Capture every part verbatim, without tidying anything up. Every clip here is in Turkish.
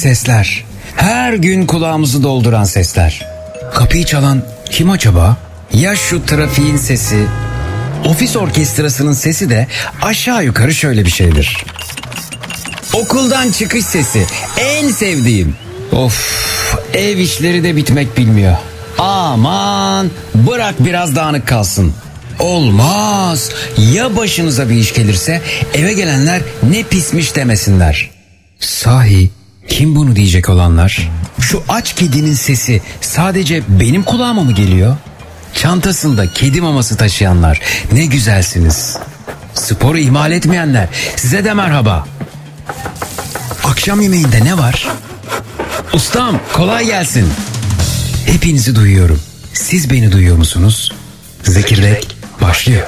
sesler. Her gün kulağımızı dolduran sesler. Kapıyı çalan kim acaba? Ya şu trafiğin sesi, ofis orkestrasının sesi de aşağı yukarı şöyle bir şeydir. Okuldan çıkış sesi, en sevdiğim. Of, ev işleri de bitmek bilmiyor. Aman, bırak biraz dağınık kalsın. Olmaz. Ya başınıza bir iş gelirse eve gelenler ne pismiş demesinler. Sahi kim bunu diyecek olanlar? Şu aç kedinin sesi sadece benim kulağıma mı geliyor? Çantasında kedi maması taşıyanlar ne güzelsiniz. Sporu ihmal etmeyenler size de merhaba. Akşam yemeğinde ne var? Ustam kolay gelsin. Hepinizi duyuyorum. Siz beni duyuyor musunuz? Zekirdek başlıyor.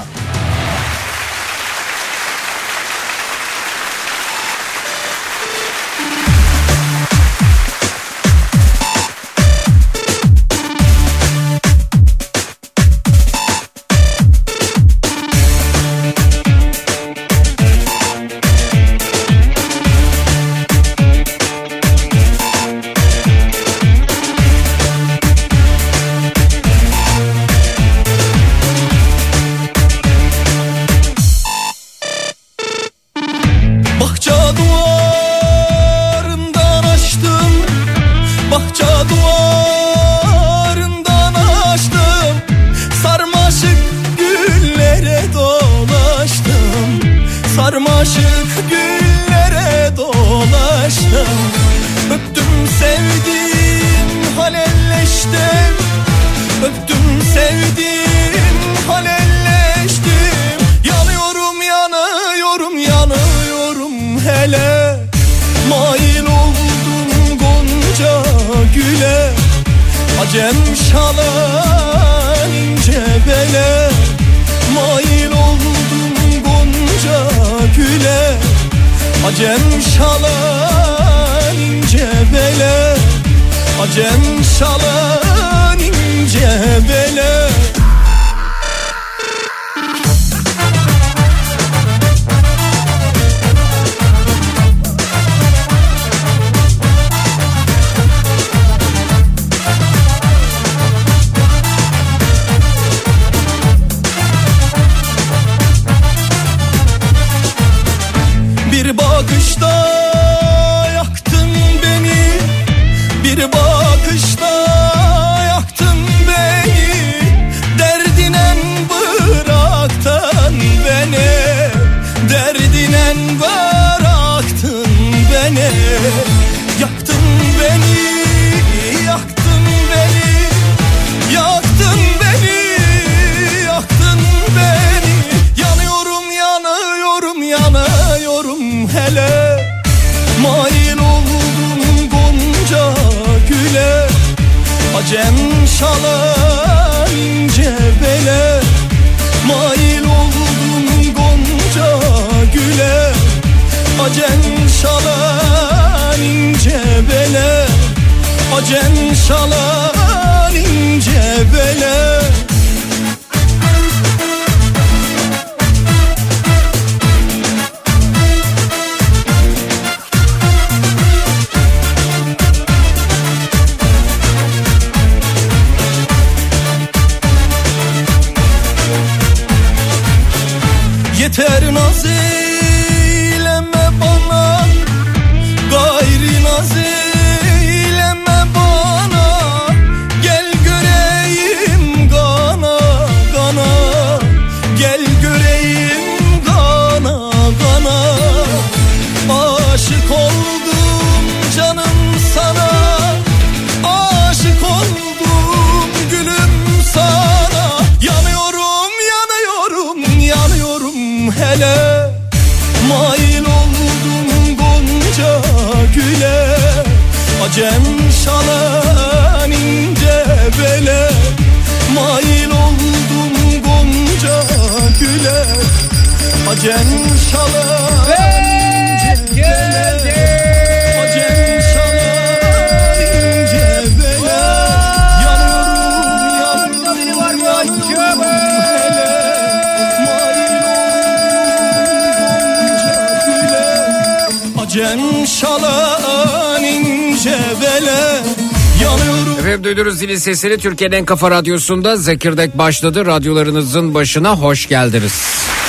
Cem şalan ince efendim, duydunuz zilin sesini. Türkiye'nin en kafa radyosunda Zekirdek başladı. Radyolarınızın başına hoş geldiniz.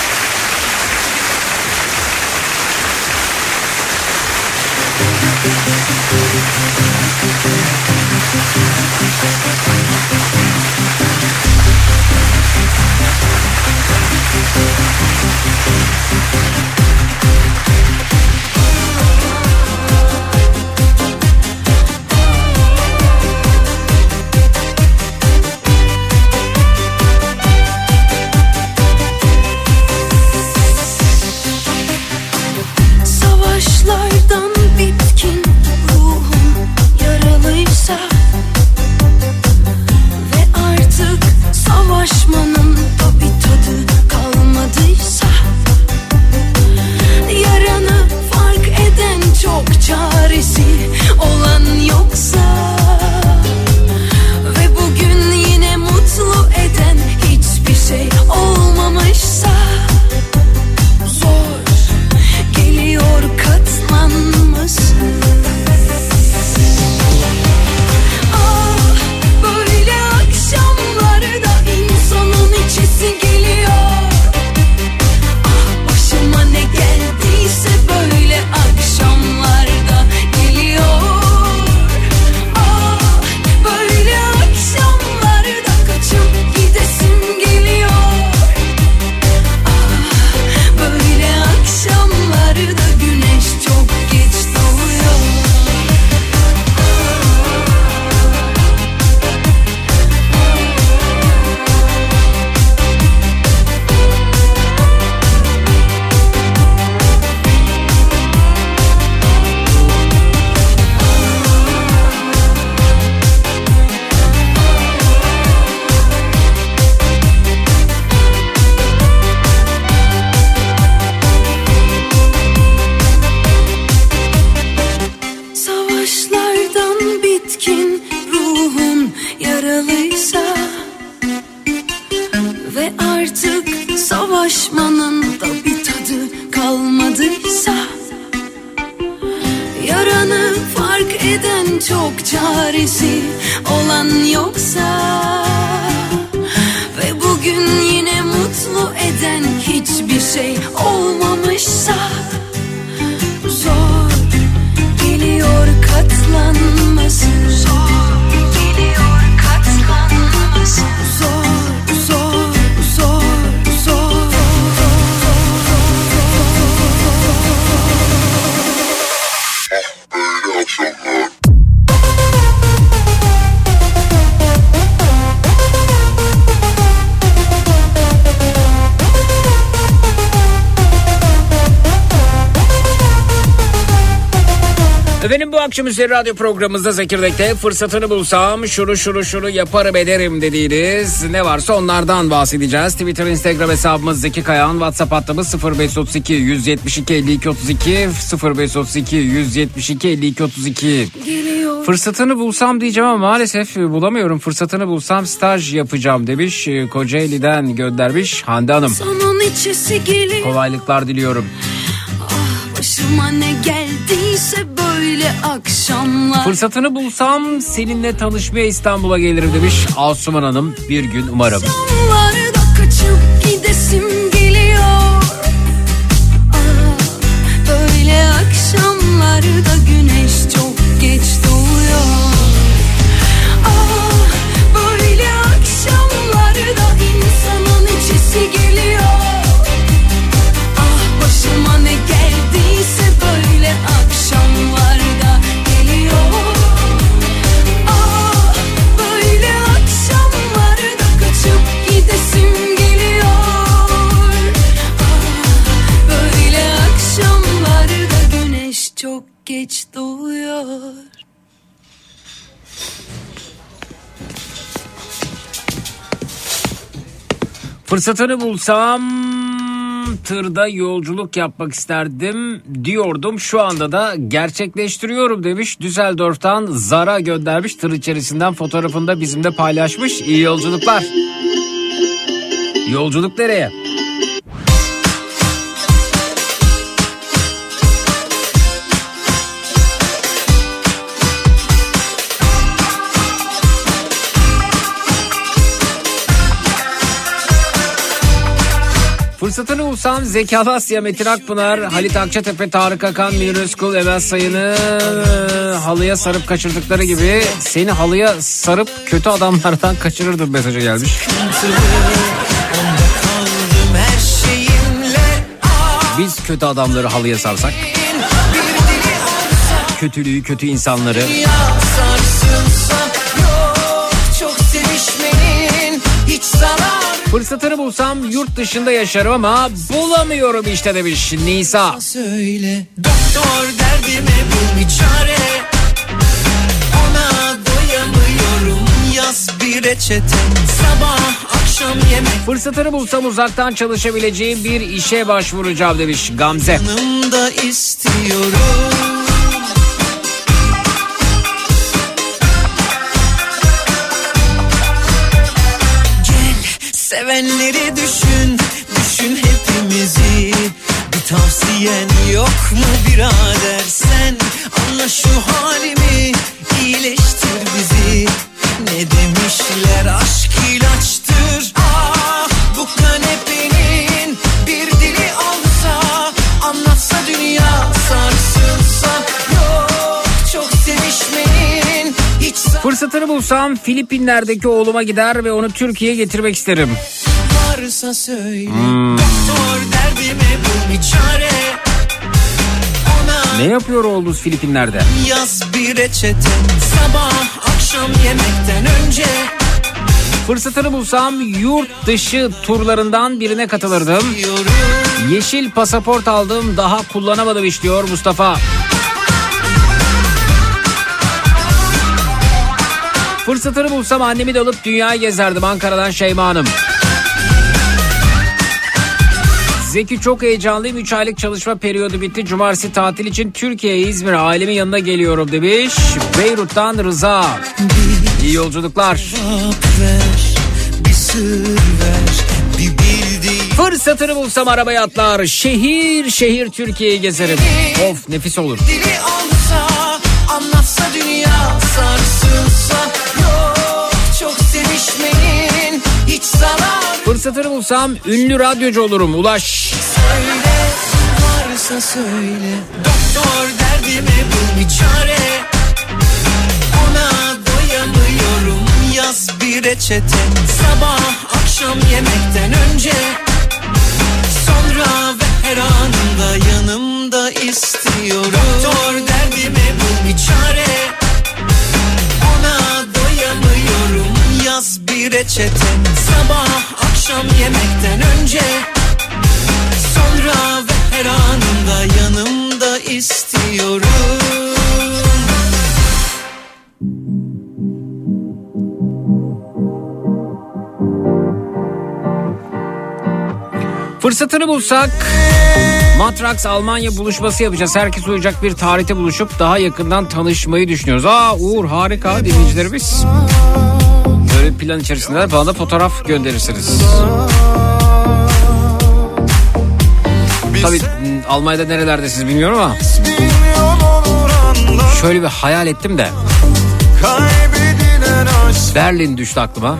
Efendim, bu akşam üzeri radyo programımızda Zekirdek'te fırsatını bulsam şunu şunu şunu yaparım ederim dediğiniz ne varsa onlardan bahsedeceğiz. Twitter, Instagram hesabımız Zeki Kayağan, WhatsApp hattımız sıfır beş otuz iki yüz yetmiş iki elli iki otuz iki sıfır beş otuz iki yüz yetmiş iki elli iki otuz iki. Geliyor. Fırsatını bulsam diyeceğim ama maalesef bulamıyorum. Fırsatını bulsam staj yapacağım demiş, Kocaeli'den göndermiş Hande Hanım. Kolaylıklar diliyorum. Ah, başıma ne geldiyse böyle akşamlar. Fırsatını bulsam seninle tanışmaya İstanbul'a gelirim demiş Asuman Hanım. Bir gün umarım. Akşamlarda kaçıp gidesim geliyor. Ah, böyle akşamlarda güneş çok geç doğuyor. Ah, böyle akşamlarda insanın içisi geliyor. Ah, başıma ne geldiyse böyle akşamlarda geliyor. Ah, böyle akşamlarda kaçıp gidesim geliyor. Ah, böyle akşamlarda güneş çok geç doğuyor. Fırsatını bulsam tırda yolculuk yapmak isterdim diyordum. Şu anda da gerçekleştiriyorum demiş. Düsseldorf'tan Zara göndermiş. Tır içerisinden fotoğrafını da bizimle paylaşmış. İyi yolculuklar. Yolculuk nereye? Fırsatını bulsam Zeki Alasya, Metin Akpınar, Halit Akçatepe, Tarık Akan, Münir Özkul, Emel Sayın'ı halıya sarıp kaçırdıkları gibi seni halıya sarıp kötü adamlardan kaçırırdım mesajı gelmiş. Biz kötü adamları halıya sarsak, kötülüğü, kötü insanları. Fırsatını bulsam yurt dışında yaşarım ama bulamıyorum işte demiş Nisa. Söyle doktor derdime bul bir çare. Ona doyamıyorum, yaz bir reçete. Sabah akşam yemek. Fırsatını bulsam uzaktan çalışabileceğim bir işe başvuracağım demiş Gamze. Yanımda istiyorum. Sevenleri düşün, düşün hepimizi. Bir tavsiyen yok mu birader sen? Anla şu halimi, iyileştir bizi. Ne demişler, aşk ilaçtır. Ah, bu kanepenin bir dili olsa, anlatsa dünya sarsılsa. Yok, çok sevişmenin hiç... Fırsatını bulsam Filipinler'deki oğluma gider ve onu Türkiye'ye getirmek isterim. Varsa söyle, hmm. doktor derdime bul bir çare. Ona ne yapıyor oğlunuz Filipinler'de? Yaz bir reçete, sabah akşam yemekten önce. Fırsatını bulsam yurt dışı turlarından birine katılırdım. Yeşil pasaport aldım, daha kullanamadım iş diyor Mustafa. Fırsatını bulsam annemi de alıp dünyayı gezerdim. Ankara'dan Şeyma Hanım. Zeki çok heyecanlıyım. üç aylık çalışma periyodu bitti. Cumartesi tatil için Türkiye'ye, İzmir'e ailemin yanına geliyorum demiş. Beyrut'tan Rıza. İyi yolculuklar. Bir sır ver, bir bildiğin. Fırsatını bulsam arabaya atlar. Şehir şehir Türkiye'yi gezerim. Of, nefis olur. Dili olsa, anlatsa dünya sarsılsa. Yok, çok sevişmenin hiç zarar. Fırsatını bulsam ünlü radyocu olurum. Ulaş. Söyle, varsa söyle. Doktor derdime bul bir çare. Ona doyamıyorum, yaz bir reçete. Sabah akşam yemekten önce. Sonra ve her anında yanımda istiyorum. Doktor derdime bul bir çare. Ona doyamıyorum, yaz bir reçete. Sabah akşam yemekten önce. Sonra ve her anında yanımda istiyorum. Fırsatını bulsak Matrax Almanya buluşması yapacağız. Herkes uyacak bir tarihte buluşup daha yakından tanışmayı düşünüyoruz. Aa Uğur, harika dinleyicilerimiz. Böyle bir plan içerisinde bana da fotoğraf gönderirsiniz. Tabii Almanya'da nerelerdesiniz bilmiyorum ama şöyle bir hayal ettim de Berlin düştü aklıma.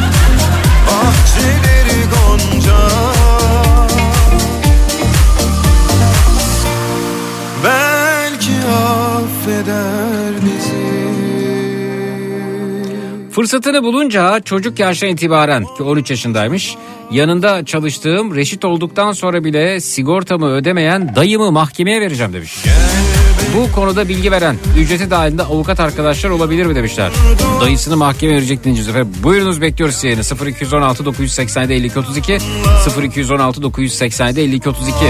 Belki affeder bizi. Fırsatını bulunca çocuk yaştan itibaren, ki on üç yaşındaymış, yanında çalıştığım, reşit olduktan sonra bile sigortamı ödemeyen dayımı mahkemeye vereceğim demiş. Bu konuda bilgi veren, ücreti dahilinde avukat arkadaşlar olabilir mi demişler. Dayısını mahkemeye verecek dinleyiciler. Buyurunuz, bekliyoruz yayını. sıfır iki on altı dokuz yüz seksen yedi elli iki otuz iki sıfır iki on altı dokuz yüz seksen yedi elli iki otuz iki.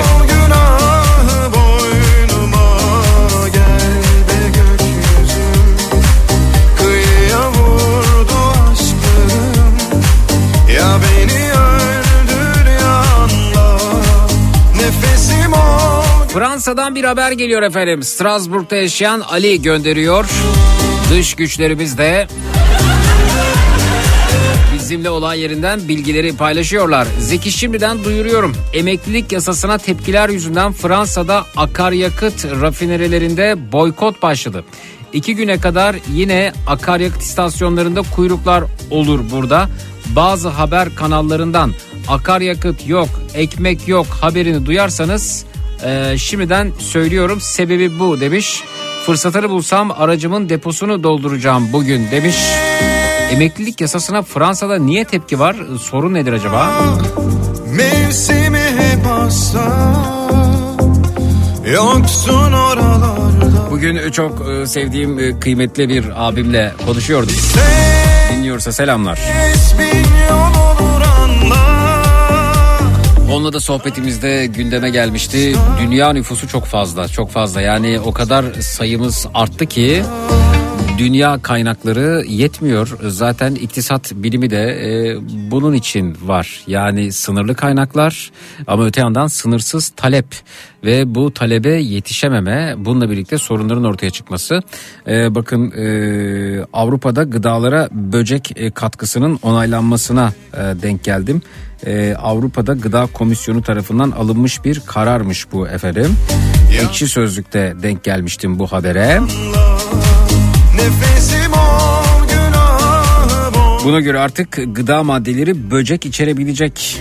Fransa'dan bir haber geliyor efendim. Strasbourg'da yaşayan Ali gönderiyor. Dış güçlerimiz de bizimle olay yerinden bilgileri paylaşıyorlar. Zeki, şimdiden duyuruyorum. Emeklilik yasasına tepkiler yüzünden Fransa'da akaryakıt rafinerilerinde boykot başladı. İki güne kadar yine akaryakıt istasyonlarında kuyruklar olur burada. Bazı haber kanallarından akaryakıt yok, ekmek yok haberini duyarsanız e, şimdiden söylüyorum, sebebi bu demiş. Fırsatını bulsam aracımın deposunu dolduracağım bugün demiş. Emeklilik yasasına Fransa'da niye tepki var? Sorun nedir acaba? Mevsimi hep hasta, yoksun oralarda. Bugün çok sevdiğim kıymetli bir abimle konuşuyordum. Dinliyorsa selamlar. Onunla da sohbetimizde gündeme gelmişti. Dünya nüfusu çok fazla, çok fazla. Yani o kadar sayımız arttı ki dünya kaynakları yetmiyor. Zaten iktisat bilimi de e, bunun için var. Yani sınırlı kaynaklar ama öte yandan sınırsız talep ve bu talebe yetişememe, bununla birlikte sorunların ortaya çıkması. E, bakın e, Avrupa'da gıdalara böcek e, katkısının onaylanmasına e, denk geldim. Ee, Avrupa'da Gıda Komisyonu tarafından alınmış bir kararmış bu efendim. Ekşi Sözlük'te denk gelmiştim bu habere. Buna göre artık gıda maddeleri böcek içerebilecek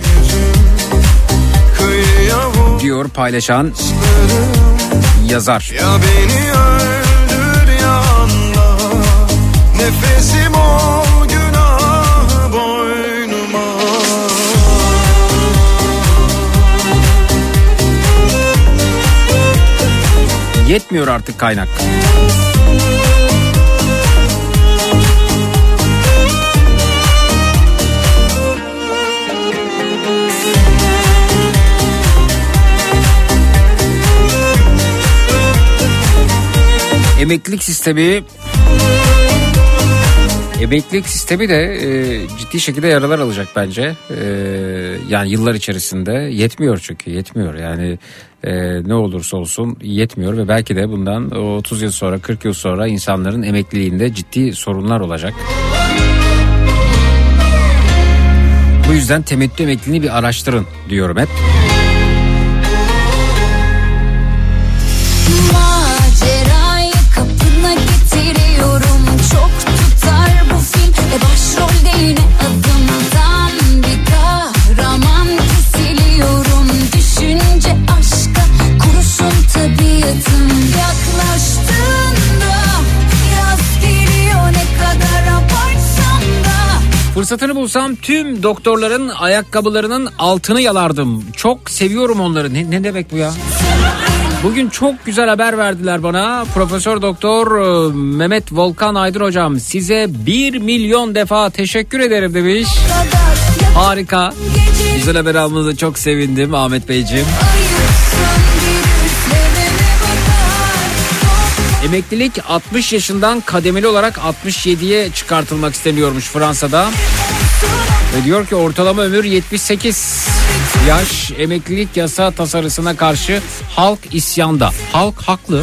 diyor paylaşan yazar. Ya beni öldür ya anla, nefesim ol günah boynuma. Yetmiyor artık kaynak. Emeklilik sistemi Emeklilik sistemi de e, ciddi şekilde yaralar alacak bence. E, yani yıllar içerisinde yetmiyor, çünkü yetmiyor. Yani e, ne olursa olsun yetmiyor ve belki de bundan otuz yıl sonra, kırk yıl sonra insanların emekliliğinde ciddi sorunlar olacak. Bu yüzden temettü emekliliğini bir araştırın diyorum hep. Fırsatını bulsam tüm doktorların ayakkabılarının altını yalardım. Çok seviyorum onları. Ne, ne demek bu ya? Bugün çok güzel haber verdiler bana. Profesör Doktor Mehmet Volkan Aydın hocam, size bir milyon defa teşekkür ederim demiş. Harika. Güzel haber almanıza çok sevindim Ahmet Beyciğim. Emeklilik altmış yaşından kademeli olarak altmış yediye çıkartılmak isteniyormuş Fransa'da. Ve diyor ki ortalama ömür yetmiş sekiz yaş. Emeklilik yasa tasarısına karşı halk isyanda. Halk haklı.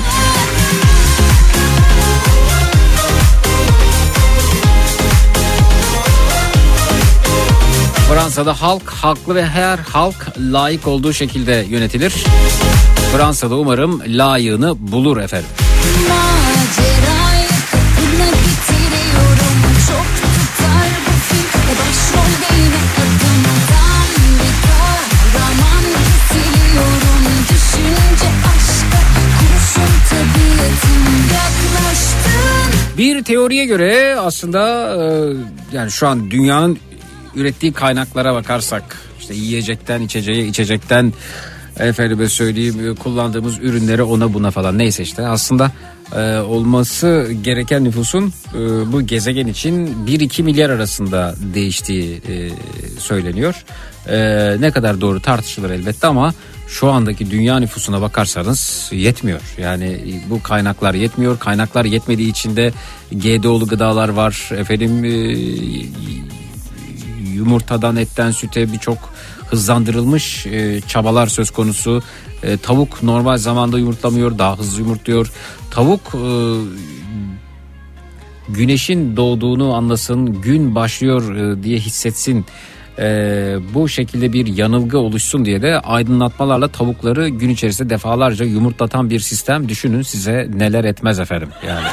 Fransa'da halk haklı ve her halk layık olduğu şekilde yönetilir. Fransa'da umarım layığını bulur efendim. Macerayı kapına getiriyorum, çok tutar bu film ve başrolde yine adımdan bir kahraman kesiliyorum. Düşünce aşka kurşun tabiatım yaklaştın. Bir teoriye göre aslında yani şu an dünyanın ürettiği kaynaklara bakarsak, işte yiyecekten içeceğe, içecekten efendime söyleyeyim kullandığımız ürünlere, ona buna falan, neyse işte aslında e, olması gereken nüfusun e, bu gezegen için bir iki milyar arasında değiştiği e, söyleniyor. E, ne kadar doğru tartışılır elbette ama şu andaki dünya nüfusuna bakarsanız yetmiyor. Yani bu kaynaklar yetmiyor. Kaynaklar yetmediği için de G D O'lu gıdalar var. Efendim e, yumurtadan, etten, süte birçok hızlandırılmış e, çabalar söz konusu. E, tavuk normal zamanda yumurtlamıyor, daha hızlı yumurtluyor. Tavuk e, güneşin doğduğunu anlasın, gün başlıyor e, diye hissetsin. E, bu şekilde bir yanılgı oluşsun diye de aydınlatmalarla tavukları gün içerisinde defalarca yumurtlatan bir sistem, düşünün size neler etmez efendim yani.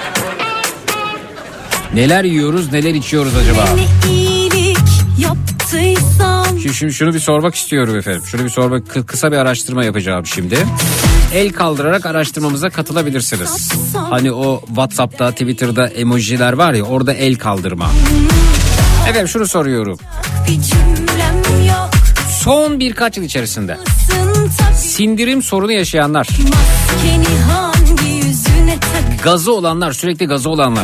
Neler yiyoruz, neler içiyoruz acaba? Ne iyilik yaptın Şimdi, şimdi şunu bir sormak istiyorum efendim. Şunu bir sormak, kısa bir araştırma yapacağım şimdi. El kaldırarak araştırmamıza katılabilirsiniz. Hani o WhatsApp'ta, Twitter'da emojiler var ya, orada el kaldırma. Efendim şunu soruyorum. Son birkaç yıl içerisinde sindirim sorunu yaşayanlar, gazı olanlar, sürekli gazı olanlar,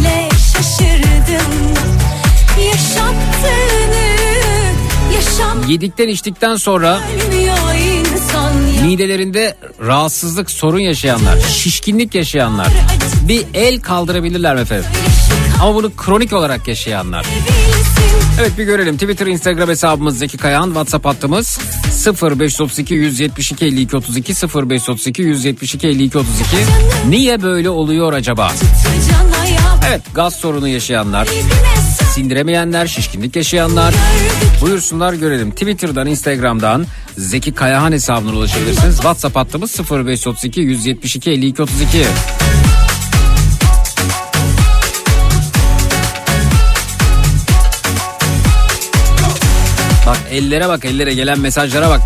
yedikten içtikten sonra midelerinde rahatsızlık, sorun yaşayanlar, şişkinlik yaşayanlar bir el kaldırabilirler mi efendim? Ama bunu kronik olarak yaşayanlar. Evet, bir görelim. Twitter, Instagram hesabımız Zeki Kayağan, WhatsApp hattımız sıfır beş otuz iki yüz yetmiş iki elli iki otuz iki sıfır beş otuz iki yüz yetmiş iki elli iki otuz iki. Niye böyle oluyor acaba? Evet, gaz sorunu yaşayanlar, sindiremeyenler, şişkinlik yaşayanlar buyursunlar, görelim. Twitter'dan, Instagram'dan Zeki Kayağan hesabına ulaşabilirsiniz. WhatsApp hattımız sıfır beş otuz iki yüz yetmiş iki elli iki otuz iki. Bak ellere bak, ellere gelen mesajlara bak.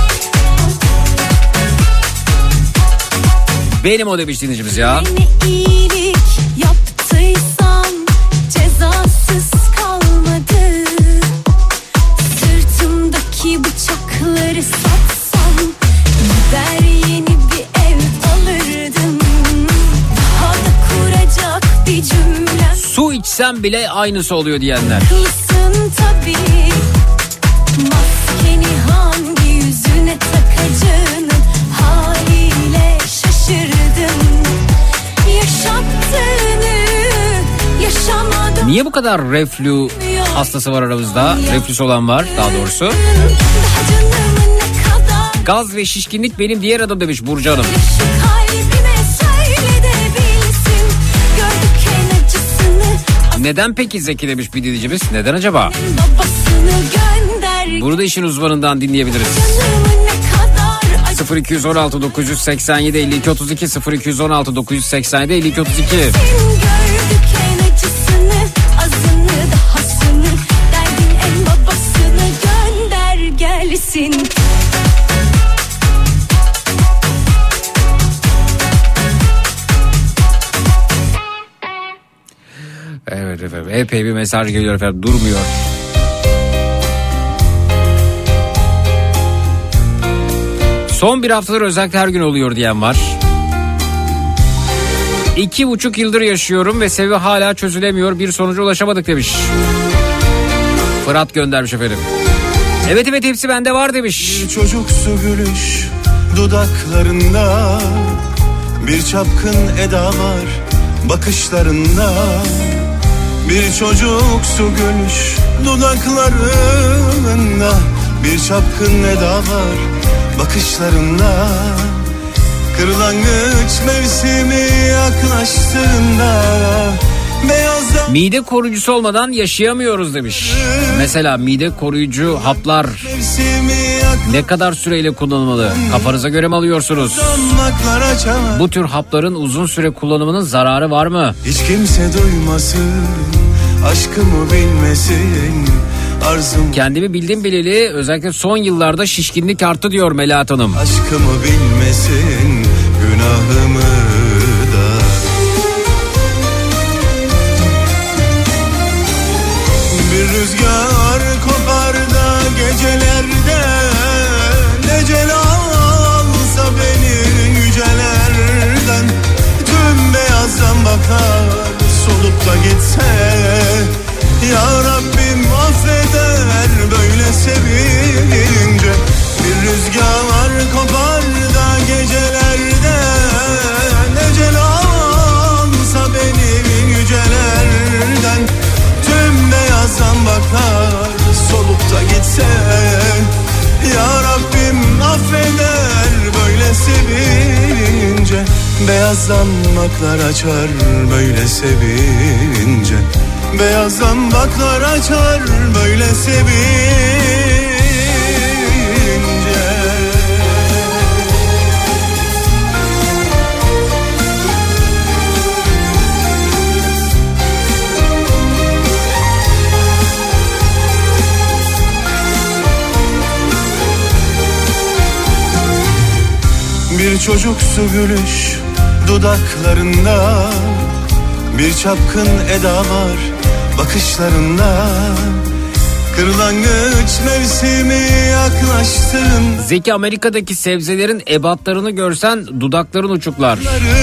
Benim o demiş dinleyicimiz ya. Beni iyilik yaptıysam cezasız kalmadı. Sırtımdaki bıçakları satsam gider yeni bir ev alırdım. Daha da kuracak bir cümlem. Su içsem bile aynısı oluyor diyenler. Haklısın tabii. Maskeni hangi yüzüne takacağını haliyle şaşırdım. Yaşattığını yaşamadım. Niye bu kadar reflü hastası var aramızda? Reflüs olan var daha doğrusu. Gaz ve şişkinlik benim diğer adım demiş Burcu Hanım. Neden peki Zeki demiş bir dinleyicimiz? Neden acaba? Bunu da işin uzmanından dinleyebiliriz. sıfır iki on altı dokuz yüz seksen yedi elli iki otuz iki sıfır iki on altı dokuz yüz seksen yedi elli iki otuz iki. Evet efendim, epey bir mesaj geliyor efendim, durmuyor. Son bir haftadır özellikle her gün oluyor diyen var. İki buçuk yıldır yaşıyorum ve sebebi hala çözülemiyor, bir sonuca ulaşamadık demiş. Fırat göndermiş efendim. Evet evet, hepsi bende var demiş. Bir çocuksu gülüş dudaklarında, bir çapkın eda var bakışlarında. Bir çocuksu gülüş dudaklarında, bir çapkın eda var bakışlarında. Kırlangıç mevsimi yaklaştığında beyazdan... Mide koruyucusu olmadan yaşayamıyoruz demiş. Mesela mide koruyucu haplar ne kadar süreyle kullanılmalı? Kafanıza göre mi alıyorsunuz? Bu tür hapların uzun süre kullanımının zararı var mı? Hiç kimse duymasın, aşkımı bilmesin. Arzum... Kendimi bildim bileli özellikle son yıllarda şişkinlik arttı diyor Melahat Hanım. Aşkımı bilmesin, günahımı da. Bir rüzgar kopar da gecelerde, ecel alsa beni yücelerden. Tüm beyazdan bakar, solup da gitse, ya Rabbim affeder böyle sevince. Bir rüzgar kopar da gecelerde, ecel alsa beni yücelerden. Tüm beyazdan bakar, solup da gitse, ya Rabbim affeder böyle sevince. Beyazdan baklar açar böyle sevince. Beyazdan baklar açar böyle sevince. çocuksu gülüş dudaklarında, bir çapkın eda var bakışlarında. Kırlangıç mevsimi yaklaştığında, Zeki, Amerika'daki sebzelerin ebatlarını görsen dudakların uçuklar.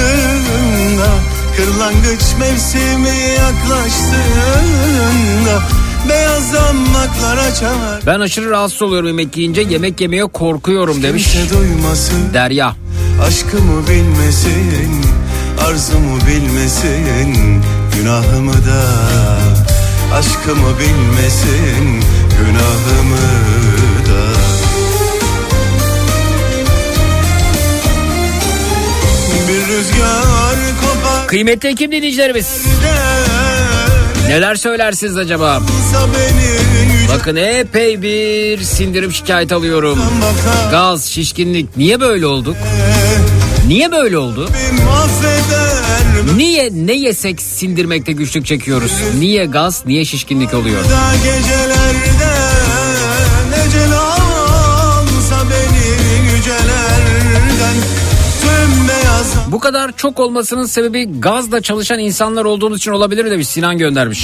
Kırlangıç mevsimi yaklaştığında beyaz damaklar açar. Ben aşırı rahatsız oluyorum yemek yiyince, yemek yemeye korkuyorum demiş Derya. Aşkımı bilmesin, arzumu bilmesin, günahımı da. Aşkımı bilmesin, günahımı da. Bir rüzgar kopar. Kıymetli ekip dinleyicilerimiz, neler söylersiniz acaba? Bakın epey bir sindirim şikayet alıyorum. Gaz, şişkinlik, niye böyle olduk? Niye böyle oldu? Niye ne yesek sindirmekte güçlük çekiyoruz? Niye gaz, niye şişkinlik oluyor? Gecelerde necel alsa beni yücelerden, tüm beyaz. Bu kadar çok olmasının sebebi gazla çalışan insanlar olduğumuz için olabilir mi demiş, Sinan göndermiş.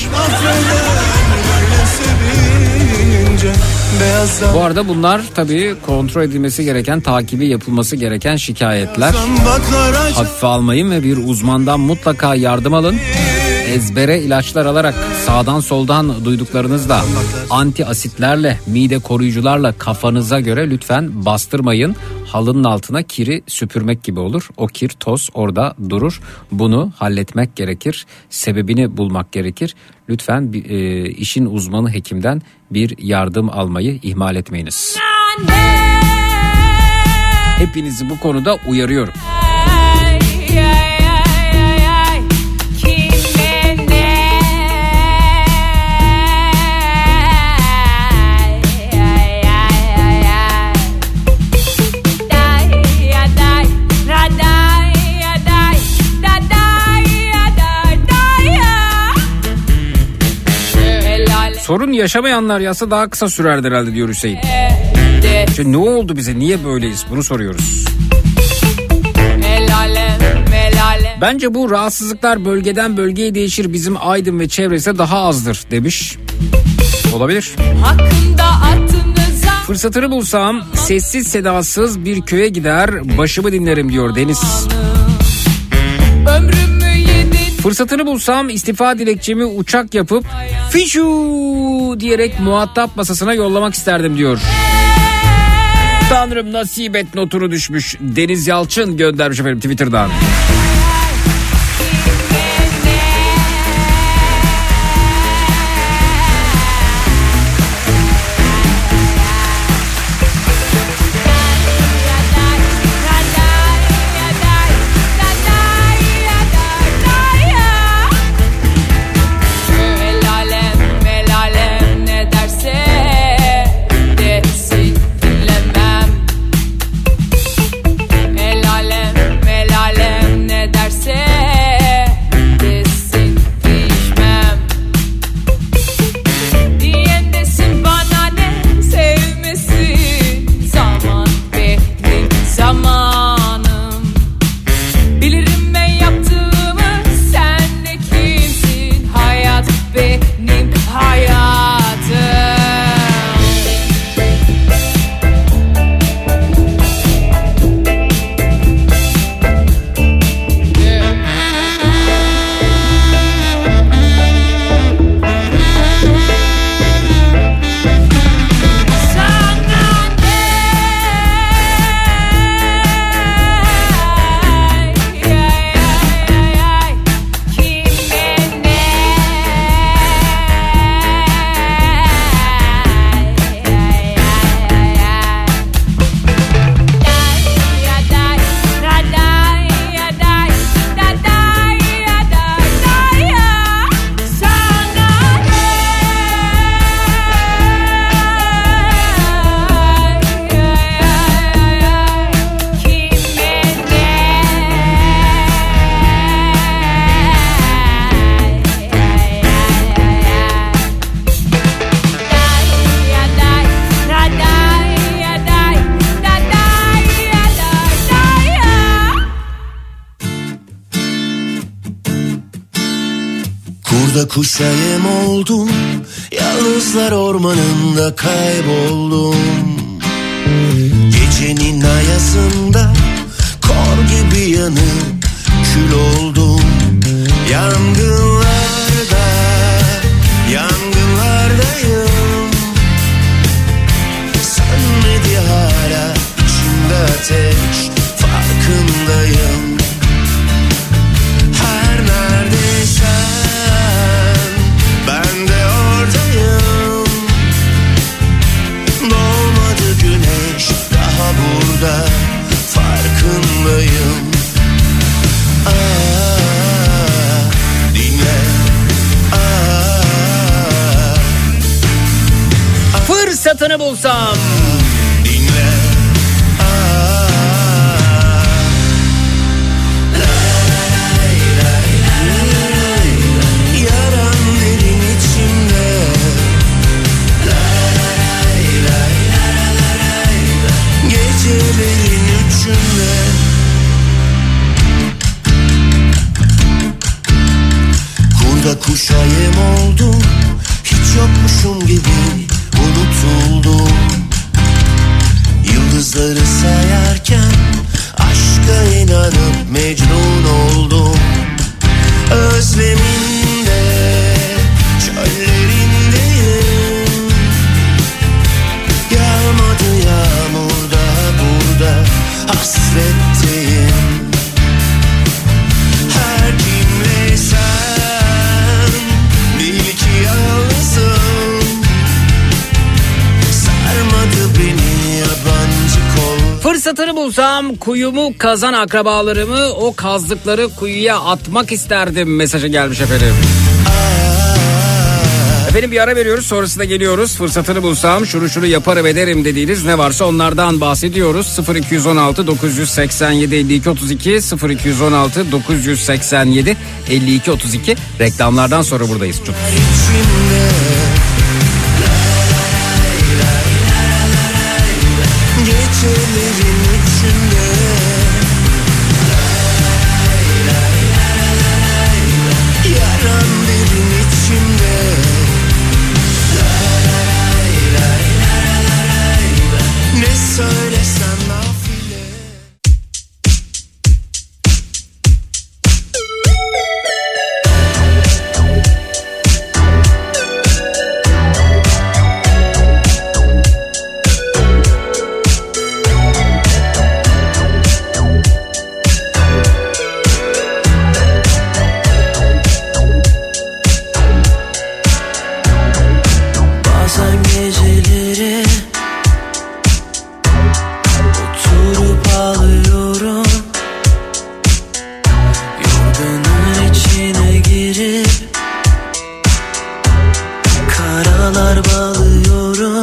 Bu arada bunlar tabii kontrol edilmesi gereken, takibi yapılması gereken şikayetler. Hafife almayın ve bir uzmandan mutlaka yardım alın. Ezbere ilaçlar alarak sağdan soldan duyduklarınızla, anti asitlerle, mide koruyucularla kafanıza göre lütfen bastırmayın. Halının altına kiri süpürmek gibi olur. O kir, toz orada durur. Bunu halletmek gerekir. Sebebini bulmak gerekir. Lütfen e, işin uzmanı hekimden bir yardım almayı ihmal etmeyiniz. Hepinizi bu konuda uyarıyorum. Sorun yaşamayanlar yazsa daha kısa sürerdi herhalde diyor Hüseyin. İşte ne oldu bize, niye böyleyiz, bunu soruyoruz. Bence bu rahatsızlıklar bölgeden bölgeye değişir, bizim Aydın ve çevresi daha azdır demiş. Olabilir. Fırsatını bulsam sessiz sedasız bir köye gider başımı dinlerim diyor Deniz. Fırsatını bulsam istifa dilekçemi uçak yapıp fişu diyerek muhatap masasına yollamak isterdim diyor. Tanrım nasip et notunu düşmüş. Deniz Yalçın göndermiş efendim Twitter'dan. Burada kuşa yem oldum, yalnızlar ormanında kayboldum. Gecenin ayazında kor gibi yanıp kül oldum. Yangınlarda, yangınlardayım. Sönmedi hala içimde ateş, farkındayım. Her neredeysen ben de oradayım. Doğmadı güneş daha burada, farkındayım. Aa, dinle. Aa, Fırsatını bulsam. dinle. Aa, yaran derin içimde. Gecelerin üçünde. Kurda kuşa yem oldum, hiç yokmuşum gibi unutuldum. Yıldızları sayarken aşka inanıp mecnun oldum. Özleminde, çöllerindeyim. Yağmadı yağmur daha burada, hasretteyim. Her kimle sen, bil ki yalnızım. Sarmadı beni yabancı kol. Fırsatını bulsam kuyumu kazan akrabalarımı o kazdıkları kuyuya atmak isterdim mesajı gelmiş efendim. Efendim bir ara veriyoruz, sonrasında geliyoruz. Fırsatını bulsam şunu şunu yaparım ederim dediğiniz ne varsa onlardan bahsediyoruz. sıfır iki on altı dokuz seksen yedi elli iki otuz iki sıfır iki on altı dokuz seksen yedi elli iki otuz iki reklamlardan sonra buradayız. Çok. İçimde. Gecelerin içinde. Yaran derin içimde. Ne söylesem nafile. Bazen geceleri oturup ağlıyorum. Yorganın içine girip karalar bağlıyorum.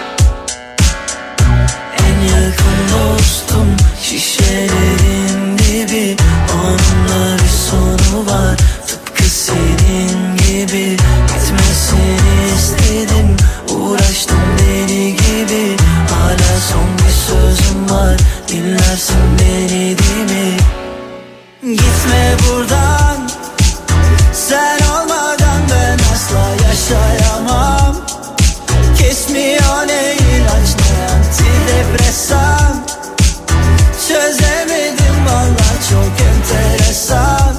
En yakın dostum şişelerin dibi, onunla bir sonu var tıpkı senin gibi. Gitmesini istedim, uğraştım deli gibi. Hala son bir sözüm var, dinlersin beni değil mi? Gitme buradan, sen olmadan ben asla yaşayamam. Kesmiyor ne ilaç ne antidepresan. Çözemedim valla, çok enteresan.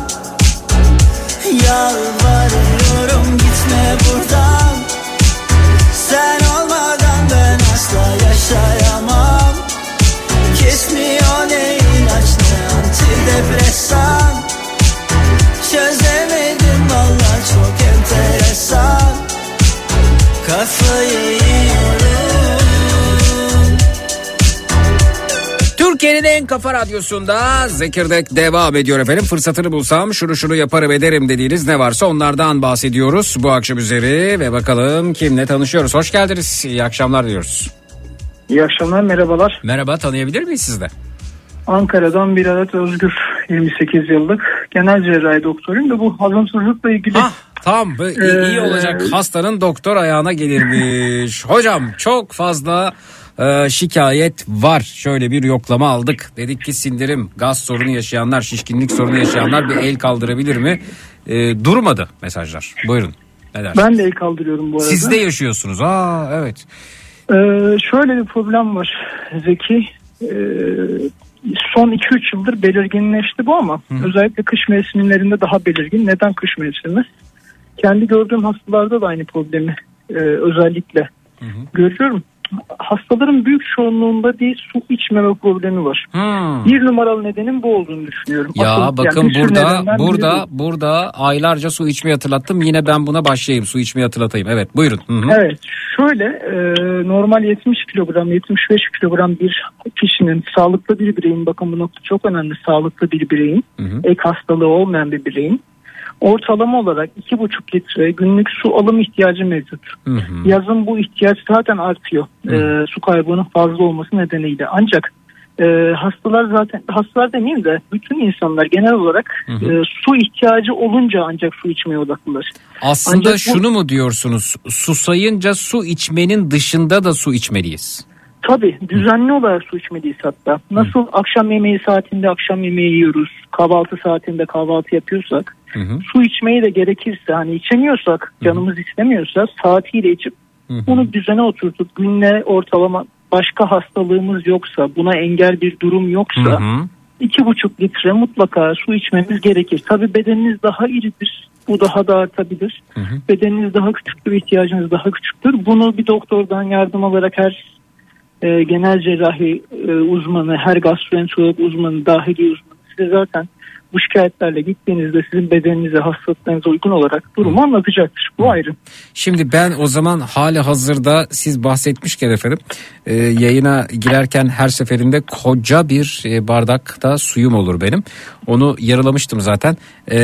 Yalvarıyorum gitme buradan. Sen olmadan ben asla yaşayamam. Kesmiyor ne ilaç ne antidepresan. Çözemedim valla, çok enteresan. Kafayı yiyorum. Türkiye'nin en kafa radyosunda Zekirdek devam ediyor efendim. Fırsatını bulsam şunu şunu yaparım ederim dediğiniz ne varsa onlardan bahsediyoruz bu akşam üzeri ve bakalım kimle tanışıyoruz. Hoş geldiniz, iyi akşamlar diyoruz. İyi akşamlar, merhabalar. Merhaba, tanıyabilir miyiz siz de? Ankara'dan bir adet Özgür, yirmi sekiz yıllık genel cerrahi doktoruyum da bu hazımsızlıkla ilgili. Hah, tam bu iyi, iyi olacak, hastanın doktor ayağına gelirmiş. Hocam çok fazla e, şikayet var. Şöyle bir yoklama aldık. Dedik ki sindirim, gaz sorunu yaşayanlar, şişkinlik sorunu yaşayanlar bir el kaldırabilir mi? e, durmadı mesajlar. Buyurun. Ne dersiniz? Ben de el kaldırıyorum bu arada. Siz de yaşıyorsunuz. Aa evet. Ee, şöyle bir problem var Zeki. Ee, son iki üç yıldır belirginleşti bu ama Hı. özellikle kış mevsimlerinde daha belirgin. Neden kış mevsimi? Kendi gördüğüm hastalarda da aynı problemi e, özellikle Hı. görüyorum. Hastaların büyük çoğunluğunda bir su içmeme problemi var. Hmm. Bir numaralı nedenin bu olduğunu düşünüyorum. Ya Asıl, bakın yani burada burada burada aylarca su içmeyi hatırlattım. Yine ben buna başlayayım. Su içmeyi hatırlatayım. Evet buyurun. Hı-hı. Evet şöyle e, normal yetmiş kilogram yetmiş beş kilogram bir kişinin sağlıklı bir bireyin, bakın bu nokta çok önemli, sağlıklı bir bireyin, Hı-hı. ek hastalığı olmayan bir bireyin ortalama olarak iki buçuk litre günlük su alım ihtiyacı mevcut. Hı hı. Yazın bu ihtiyaç zaten artıyor. E, su kaybının fazla olması nedeniyle. Ancak e, hastalar zaten, hastalar demeyeyim de bütün insanlar genel olarak hı hı. E, su ihtiyacı olunca ancak su içmeye odaklılar. Aslında ancak şunu bu, mu diyorsunuz? Susayınca su içmenin dışında da su içmeliyiz. Tabii düzenli olarak su içmeliyiz hatta. Nasıl Hı. akşam yemeği saatinde akşam yemeği yiyoruz, kahvaltı saatinde kahvaltı yapıyorsak, hı hı. su içmeyi de gerekirse, hani içemiyorsak, canımız hı hı. istemiyorsa saatiyle içip hı hı. bunu düzene oturtup günle ortalama başka hastalığımız yoksa, buna engel bir durum yoksa hı hı. iki buçuk litre mutlaka su içmemiz gerekir. Tabii bedeniniz daha iridir. Bu daha da artabilir. Hı hı. Bedeniniz daha küçüktür, ihtiyacınız daha küçüktür. Bunu bir doktordan yardım alarak her E, genel cerrahi e, uzmanı, her gastroenterolog uzmanı, dahili uzmanı size zaten bu şikayetlerle gittiğinizde sizin bedeninize, hastalıklarınıza uygun olarak durumu Hı. anlatacaktır. Bu ayrı. Şimdi ben o zaman hali hazırda siz bahsetmişken efendim e, yayına girerken her seferinde koca bir e, bardakta suyum olur benim. Onu yarılamıştım zaten. E,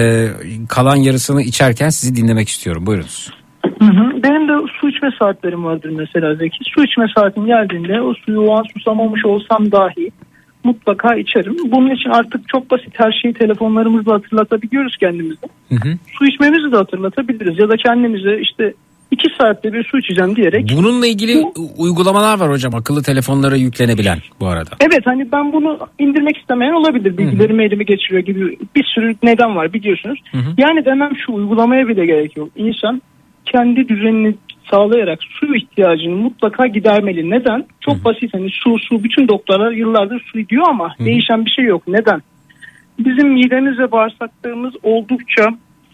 kalan yarısını içerken sizi dinlemek istiyorum. Buyurunuz. Hı hı. Benim de su içme saatlerim vardır mesela Zeki. Su içme saatim geldiğinde o suyu o an susamamış olsam dahi mutlaka içerim. Bunun için artık çok basit, her şeyi telefonlarımızla hatırlatabiliyoruz kendimize. Hı hı. Su içmemizi de hatırlatabiliriz ya da kendimize işte iki saatte bir su içeceğim diyerek. Bununla ilgili bu, uygulamalar var hocam, akıllı telefonlara yüklenebilen bu arada. Evet, hani ben bunu indirmek istemeyen olabilir. Bilgilerimi Hı-hı. elime geçiriyor gibi bir sürü neden var biliyorsunuz. Hı-hı. Yani demem şu, uygulamaya bile gerek yok. İnsan kendi düzenini sağlayarak su ihtiyacını mutlaka gidermeli. Neden? Çok Hı-hı. basit, hani su su bütün doktorlar yıllardır su diyor ama Hı-hı. değişen bir şey yok. Neden? Bizim midemiz ve bağırsaklarımız oldukça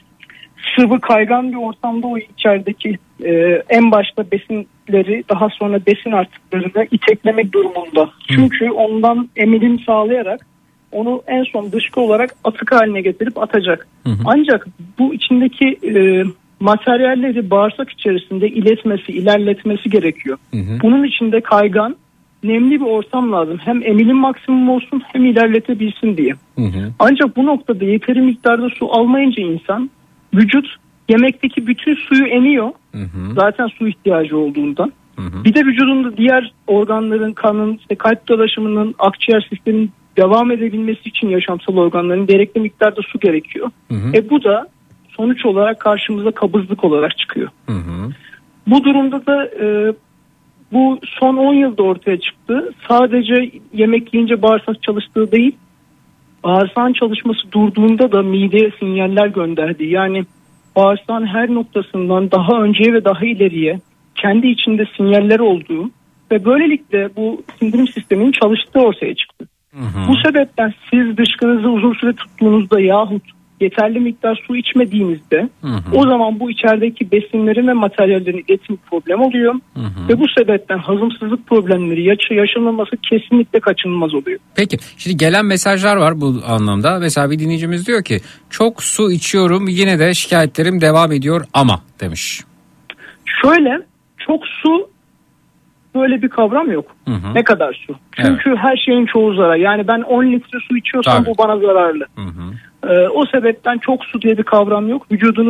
sıvı, kaygan bir ortamda o içerideki e, en başta besinleri daha sonra besin artıklarını iteklemek durumunda. Hı. Çünkü ondan emilim sağlayarak onu en son dışkı olarak atık haline getirip atacak. Hı hı. Ancak bu içindeki e, materyalleri bağırsak içerisinde iletmesi, ilerletmesi gerekiyor. Hı hı. Bunun için de kaygan, nemli bir ortam lazım. Hem emilim maksimum olsun hem ilerletebilsin diye. Hı hı. Ancak bu noktada yeteri miktarda su almayınca insan, vücut yemekteki bütün suyu emiyor. Hı hı. Zaten su ihtiyacı olduğundan. Hı hı. Bir de vücudunda diğer organların, kanın, işte kalp dolaşımının, akciğer sisteminin devam edebilmesi için yaşamsal organların gerekli miktarda su gerekiyor. Hı hı. E bu da sonuç olarak karşımıza kabızlık olarak çıkıyor. Hı hı. Bu durumda da e, bu son on yılda ortaya çıktı. Sadece yemek yiyince bağırsak çalıştığı değil, bağırsağın çalışması durduğunda da mideye sinyaller gönderdi. Yani bağırsağın her noktasından daha önceye ve daha ileriye kendi içinde sinyaller olduğu ve böylelikle bu sindirim sisteminin çalıştığı ortaya çıktı. Hı hı. Bu sebepten siz dışkınızı uzun süre tuttuğunuzda yahut yeterli miktar su içmediğinizde hı hı. o zaman bu içerideki besinlerin ve materyallerin iletimi problem oluyor. Hı hı. Ve bu sebepten hazımsızlık problemleri yaş- yaşanılması kesinlikle kaçınılmaz oluyor. Peki şimdi gelen mesajlar var bu anlamda. Mesela bir dinleyicimiz diyor ki çok su içiyorum yine de şikayetlerim devam ediyor ama demiş. Şöyle, çok su böyle bir kavram yok. Hı hı. Ne kadar su? Çünkü evet. her şeyin çoğu zarar. Yani ben on litre su içiyorsam Tabii. bu bana zararlı. Hı hı. Ee, o sebepten çok su diye bir kavram yok. Vücudunuz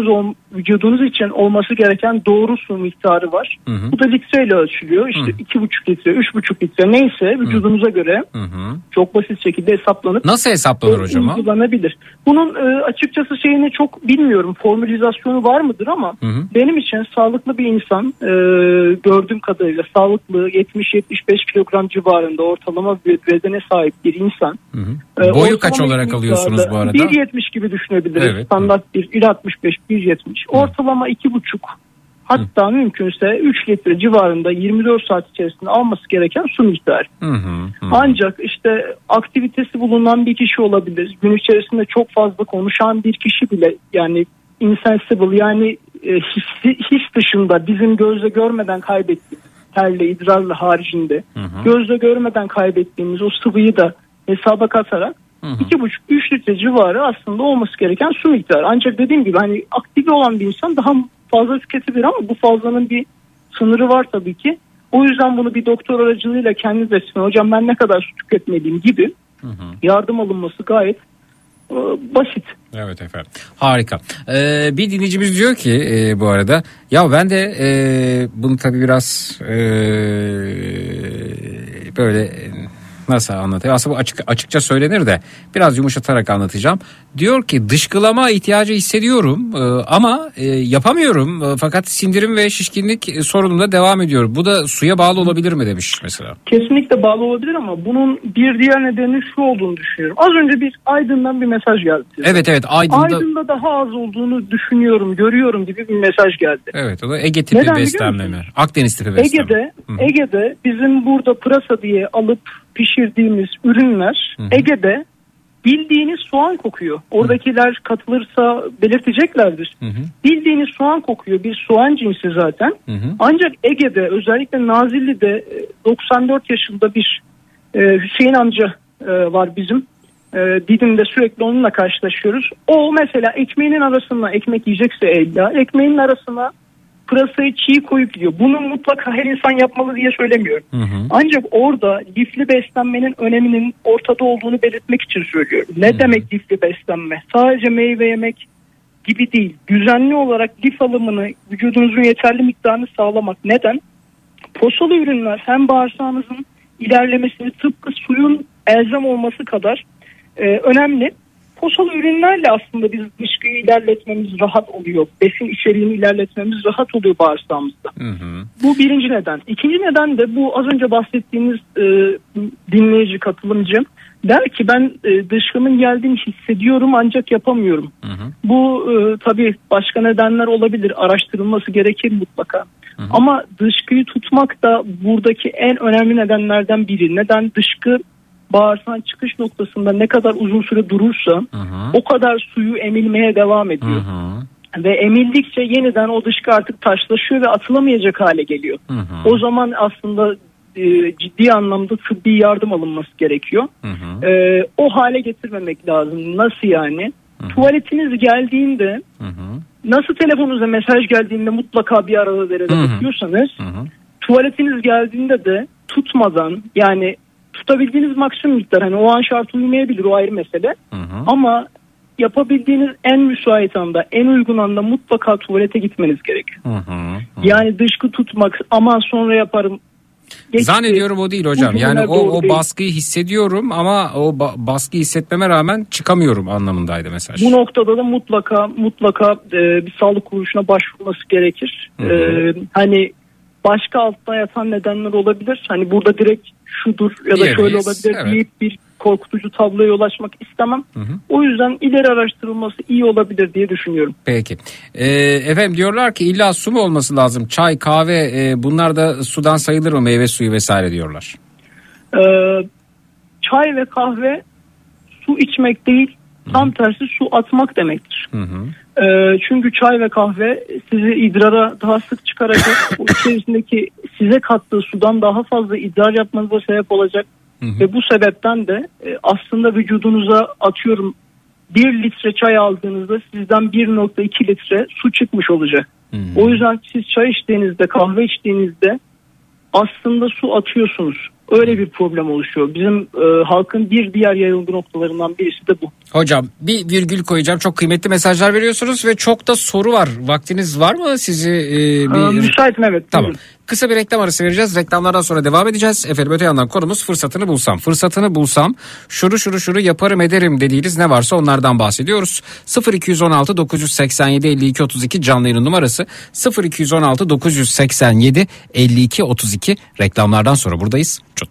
vücudunuz için olması gereken doğru su miktarı var. Hı hı. Bu da litreyle ölçülüyor. İşte iki buçuk litre, üç buçuk litre neyse vücudunuza hı. göre hı hı. çok basit şekilde hesaplanıp nasıl hesaplanır e, hocam? Uygulanabilir. Bunun e, açıkçası şeyini çok bilmiyorum. Formülizasyonu var mıdır ama hı hı. benim için sağlıklı bir insan e, gördüğüm kadarıyla sağlıklı yetmiş yetmiş beş kilogram civarında ortalama bir bedene sahip bir insan. Hı hı. E, Boyu kaç olarak alıyorsunuz bu arada? bir yetmiş gibi düşünebiliriz. Evet. Standart bir bir altmış beş bir yetmiş. Ortalama iki buçuk hatta hı. mümkünse üç litre civarında yirmi dört saat içerisinde alması gereken su miktarı. Hı hı, hı. Ancak işte aktivitesi bulunan bir kişi olabilir. Gün içerisinde çok fazla konuşan bir kişi bile yani insensible yani e, his, his dışında bizim gözle görmeden kaybettiğimiz terle idrarla haricinde hı hı. gözle görmeden kaybettiğimiz o sıvıyı da hesaba katarak iki buçuk üç litre civarı aslında olması gereken su miktarı. Ancak dediğim gibi hani aktif olan bir insan daha fazla tüketebilir ama bu fazlanın bir sınırı var tabii ki. O yüzden bunu bir doktor aracılığıyla kendi besme hocam ben ne kadar su tüketmeliyim gibi hı hı. yardım alınması gayet e, basit. Evet efendim. Harika. Ee, bir dinleyicimiz diyor ki e, bu arada ya ben de e, bunu tabii biraz e, böyle nasıl anlatayım? Aslında bu açık, açıkça söylenir de biraz yumuşatarak anlatacağım. Diyor ki dışkılama ihtiyacı hissediyorum e, ama e, yapamıyorum. E, fakat sindirim ve şişkinlik sorunumda devam ediyor. Bu da suya bağlı olabilir mi demiş mesela. Kesinlikle bağlı olabilir ama bunun bir diğer nedeni şu olduğunu düşünüyorum. Az önce bir Aydın'dan bir mesaj geldi. Evet evet Aydın'da. Aydın'da daha az olduğunu düşünüyorum, görüyorum gibi bir mesaj geldi. Evet o da Ege tipi neden beslenme mi? Akdeniz tipi beslenme. Ege'de, Ege'de bizim burada pırasa diye alıp pişirdiğimiz ürünler Hı-hı. Ege'de bildiğiniz soğan kokuyor. Oradakiler katılırsa belirteceklerdir. Hı-hı. Bildiğiniz soğan kokuyor. Bir soğan cinsi zaten. Hı-hı. Ancak Ege'de özellikle Nazilli'de doksan dört yaşında bir e, Hüseyin amca e, var bizim. E, Didim'de sürekli onunla karşılaşıyoruz. O mesela ekmeğinin arasına ekmek yiyecekse ella ekmeğinin arasına pırasayı çiğ koyup yiyor. Bunu mutlaka her insan yapmalı diye söylemiyorum. Hı hı. Ancak orada lifli beslenmenin öneminin ortada olduğunu belirtmek için söylüyorum. Ne hı hı. demek lifli beslenme? Sadece meyve yemek gibi değil. Düzenli olarak lif alımını, vücudunuzun yeterli miktarını sağlamak. Neden? Posalı ürünler hem bağırsağınızın ilerlemesini tıpkı suyun elzem olması kadar e, önemli. Posalı ürünlerle aslında biz dışkıyı ilerletmemiz rahat oluyor. Besin içeriğini ilerletmemiz rahat oluyor bağırsağımızda. Hı hı. Bu birinci neden. İkinci neden de bu az önce bahsettiğimiz e, dinleyici, katılımcı der ki ben e, dışkının geldiğini hissediyorum ancak yapamıyorum. Hı hı. Bu e, tabii başka nedenler olabilir. Araştırılması gerekir mutlaka. Hı hı. Ama dışkıyı tutmak da buradaki en önemli nedenlerden biri. Neden? Dışkı bağırsağın çıkış noktasında ne kadar uzun süre durursa hı hı. o kadar suyu emilmeye devam ediyor. Hı hı. Ve emildikçe yeniden o dışkı artık taşlaşıyor ve atılamayacak hale geliyor. Hı hı. O zaman aslında e, ciddi anlamda tıbbi yardım alınması gerekiyor. Hı hı. E, o hale getirmemek lazım. Nasıl yani? Hı hı. Tuvaletiniz geldiğinde hı hı. nasıl telefonunuza mesaj geldiğinde mutlaka bir arada derede bekliyorsanız tuvaletiniz geldiğinde de tutmadan yani tutabildiğiniz maksimum miktar hani o an şart uymayabilir o ayrı mesele hı hı. ama yapabildiğiniz en müsait anda en uygun anda mutlaka tuvalete gitmeniz gerekiyor. Hı hı hı. Yani dışkı tutmak aman sonra yaparım. Geçti. Zannediyorum o değil hocam yani o, o baskıyı hissediyorum ama o ba- baskıyı hissetmeme rağmen çıkamıyorum anlamındaydı mesaj. Bu noktada da mutlaka mutlaka e, bir sağlık kuruluşuna başvurması gerekir. Hı hı. E, hani başka altta yatan nedenler olabilir. Hani burada direkt şudur ya da diyemeyiz. Şöyle olabilir evet. deyip bir korkutucu tabloya ulaşmak istemem. Hı hı. O yüzden ileri araştırılması iyi olabilir diye düşünüyorum. Peki. Ee, efendim diyorlar ki illa su mu olması lazım? Çay, kahve e, bunlar da sudan sayılır mı? Meyve suyu vesaire diyorlar. Ee, çay ve kahve su içmek değil. Tam hı-hı. tersi su atmak demektir. Hı hı. Ee, çünkü çay ve kahve sizi idrara daha sık çıkaracak. O içerisindeki size kattığı sudan daha fazla idrar yapmanıza sebep olacak. Hı hı. Ve bu sebepten de e, aslında vücudunuza atıyorum bir litre çay aldığınızda sizden bir nokta iki litre su çıkmış olacak. Hı hı. O yüzden siz çay içtiğinizde kahve içtiğinizde aslında su atıyorsunuz. Öyle bir problem oluşuyor. Bizim e, halkın bir diğer yayılgı noktalarından birisi de bu. Hocam bir virgül koyacağım. Çok kıymetli mesajlar veriyorsunuz ve çok da soru var. Vaktiniz var mı? Sizi e, bir... Ee, müsaitim, evet. Tamam. Buyurun. Kısa bir reklam arası vereceğiz. Reklamlardan sonra devam edeceğiz. Efendim öte yandan konumuz fırsatını bulsam. Fırsatını bulsam şuru şuru şuru yaparım ederim dediğiniz ne varsa onlardan bahsediyoruz. sıfır iki on altı dokuz yüz seksen yedi elli iki otuz iki canlı yayın numarası sıfır iki on altı dokuz yüz seksen yedi elli iki otuz iki. Reklamlardan sonra buradayız. Çut.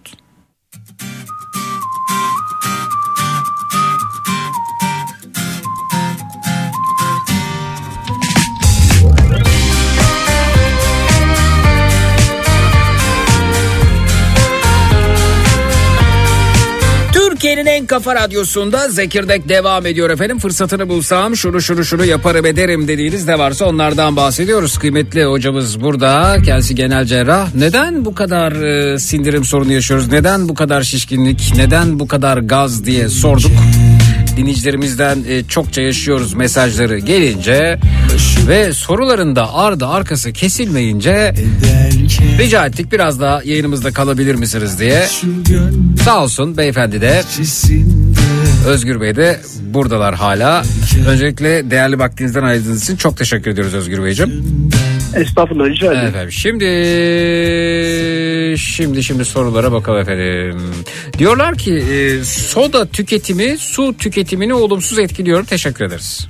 Türkiye'nin en kafa radyosunda Zekirdek devam ediyor efendim. Fırsatını bulsam şunu şunu şunu yaparım ederim dediğiniz ne varsa onlardan bahsediyoruz. Kıymetli hocamız burada, kendisi genel cerrah. Neden bu kadar e, sindirim sorunu yaşıyoruz? Neden bu kadar şişkinlik? Neden bu kadar gaz diye sorduk. Dinleyicilerimizden e, çokça yaşıyoruz mesajları gelince ve sorularında ardı arkası kesilmeyince rica ettik biraz daha yayınımızda kalabilir misiniz diye. Sağ olsun beyefendi de Özgür Bey de buradalar hala. Öncelikle değerli vaktinizden ayırdığınız için çok teşekkür ediyoruz Özgür Beyciğim. Estağfurullah, rica ederim. Efendim şimdi şimdi şimdi sorulara bakalım efendim. Diyorlar ki e, soda tüketimi su tüketimini olumsuz etkiliyor. Teşekkür ederiz.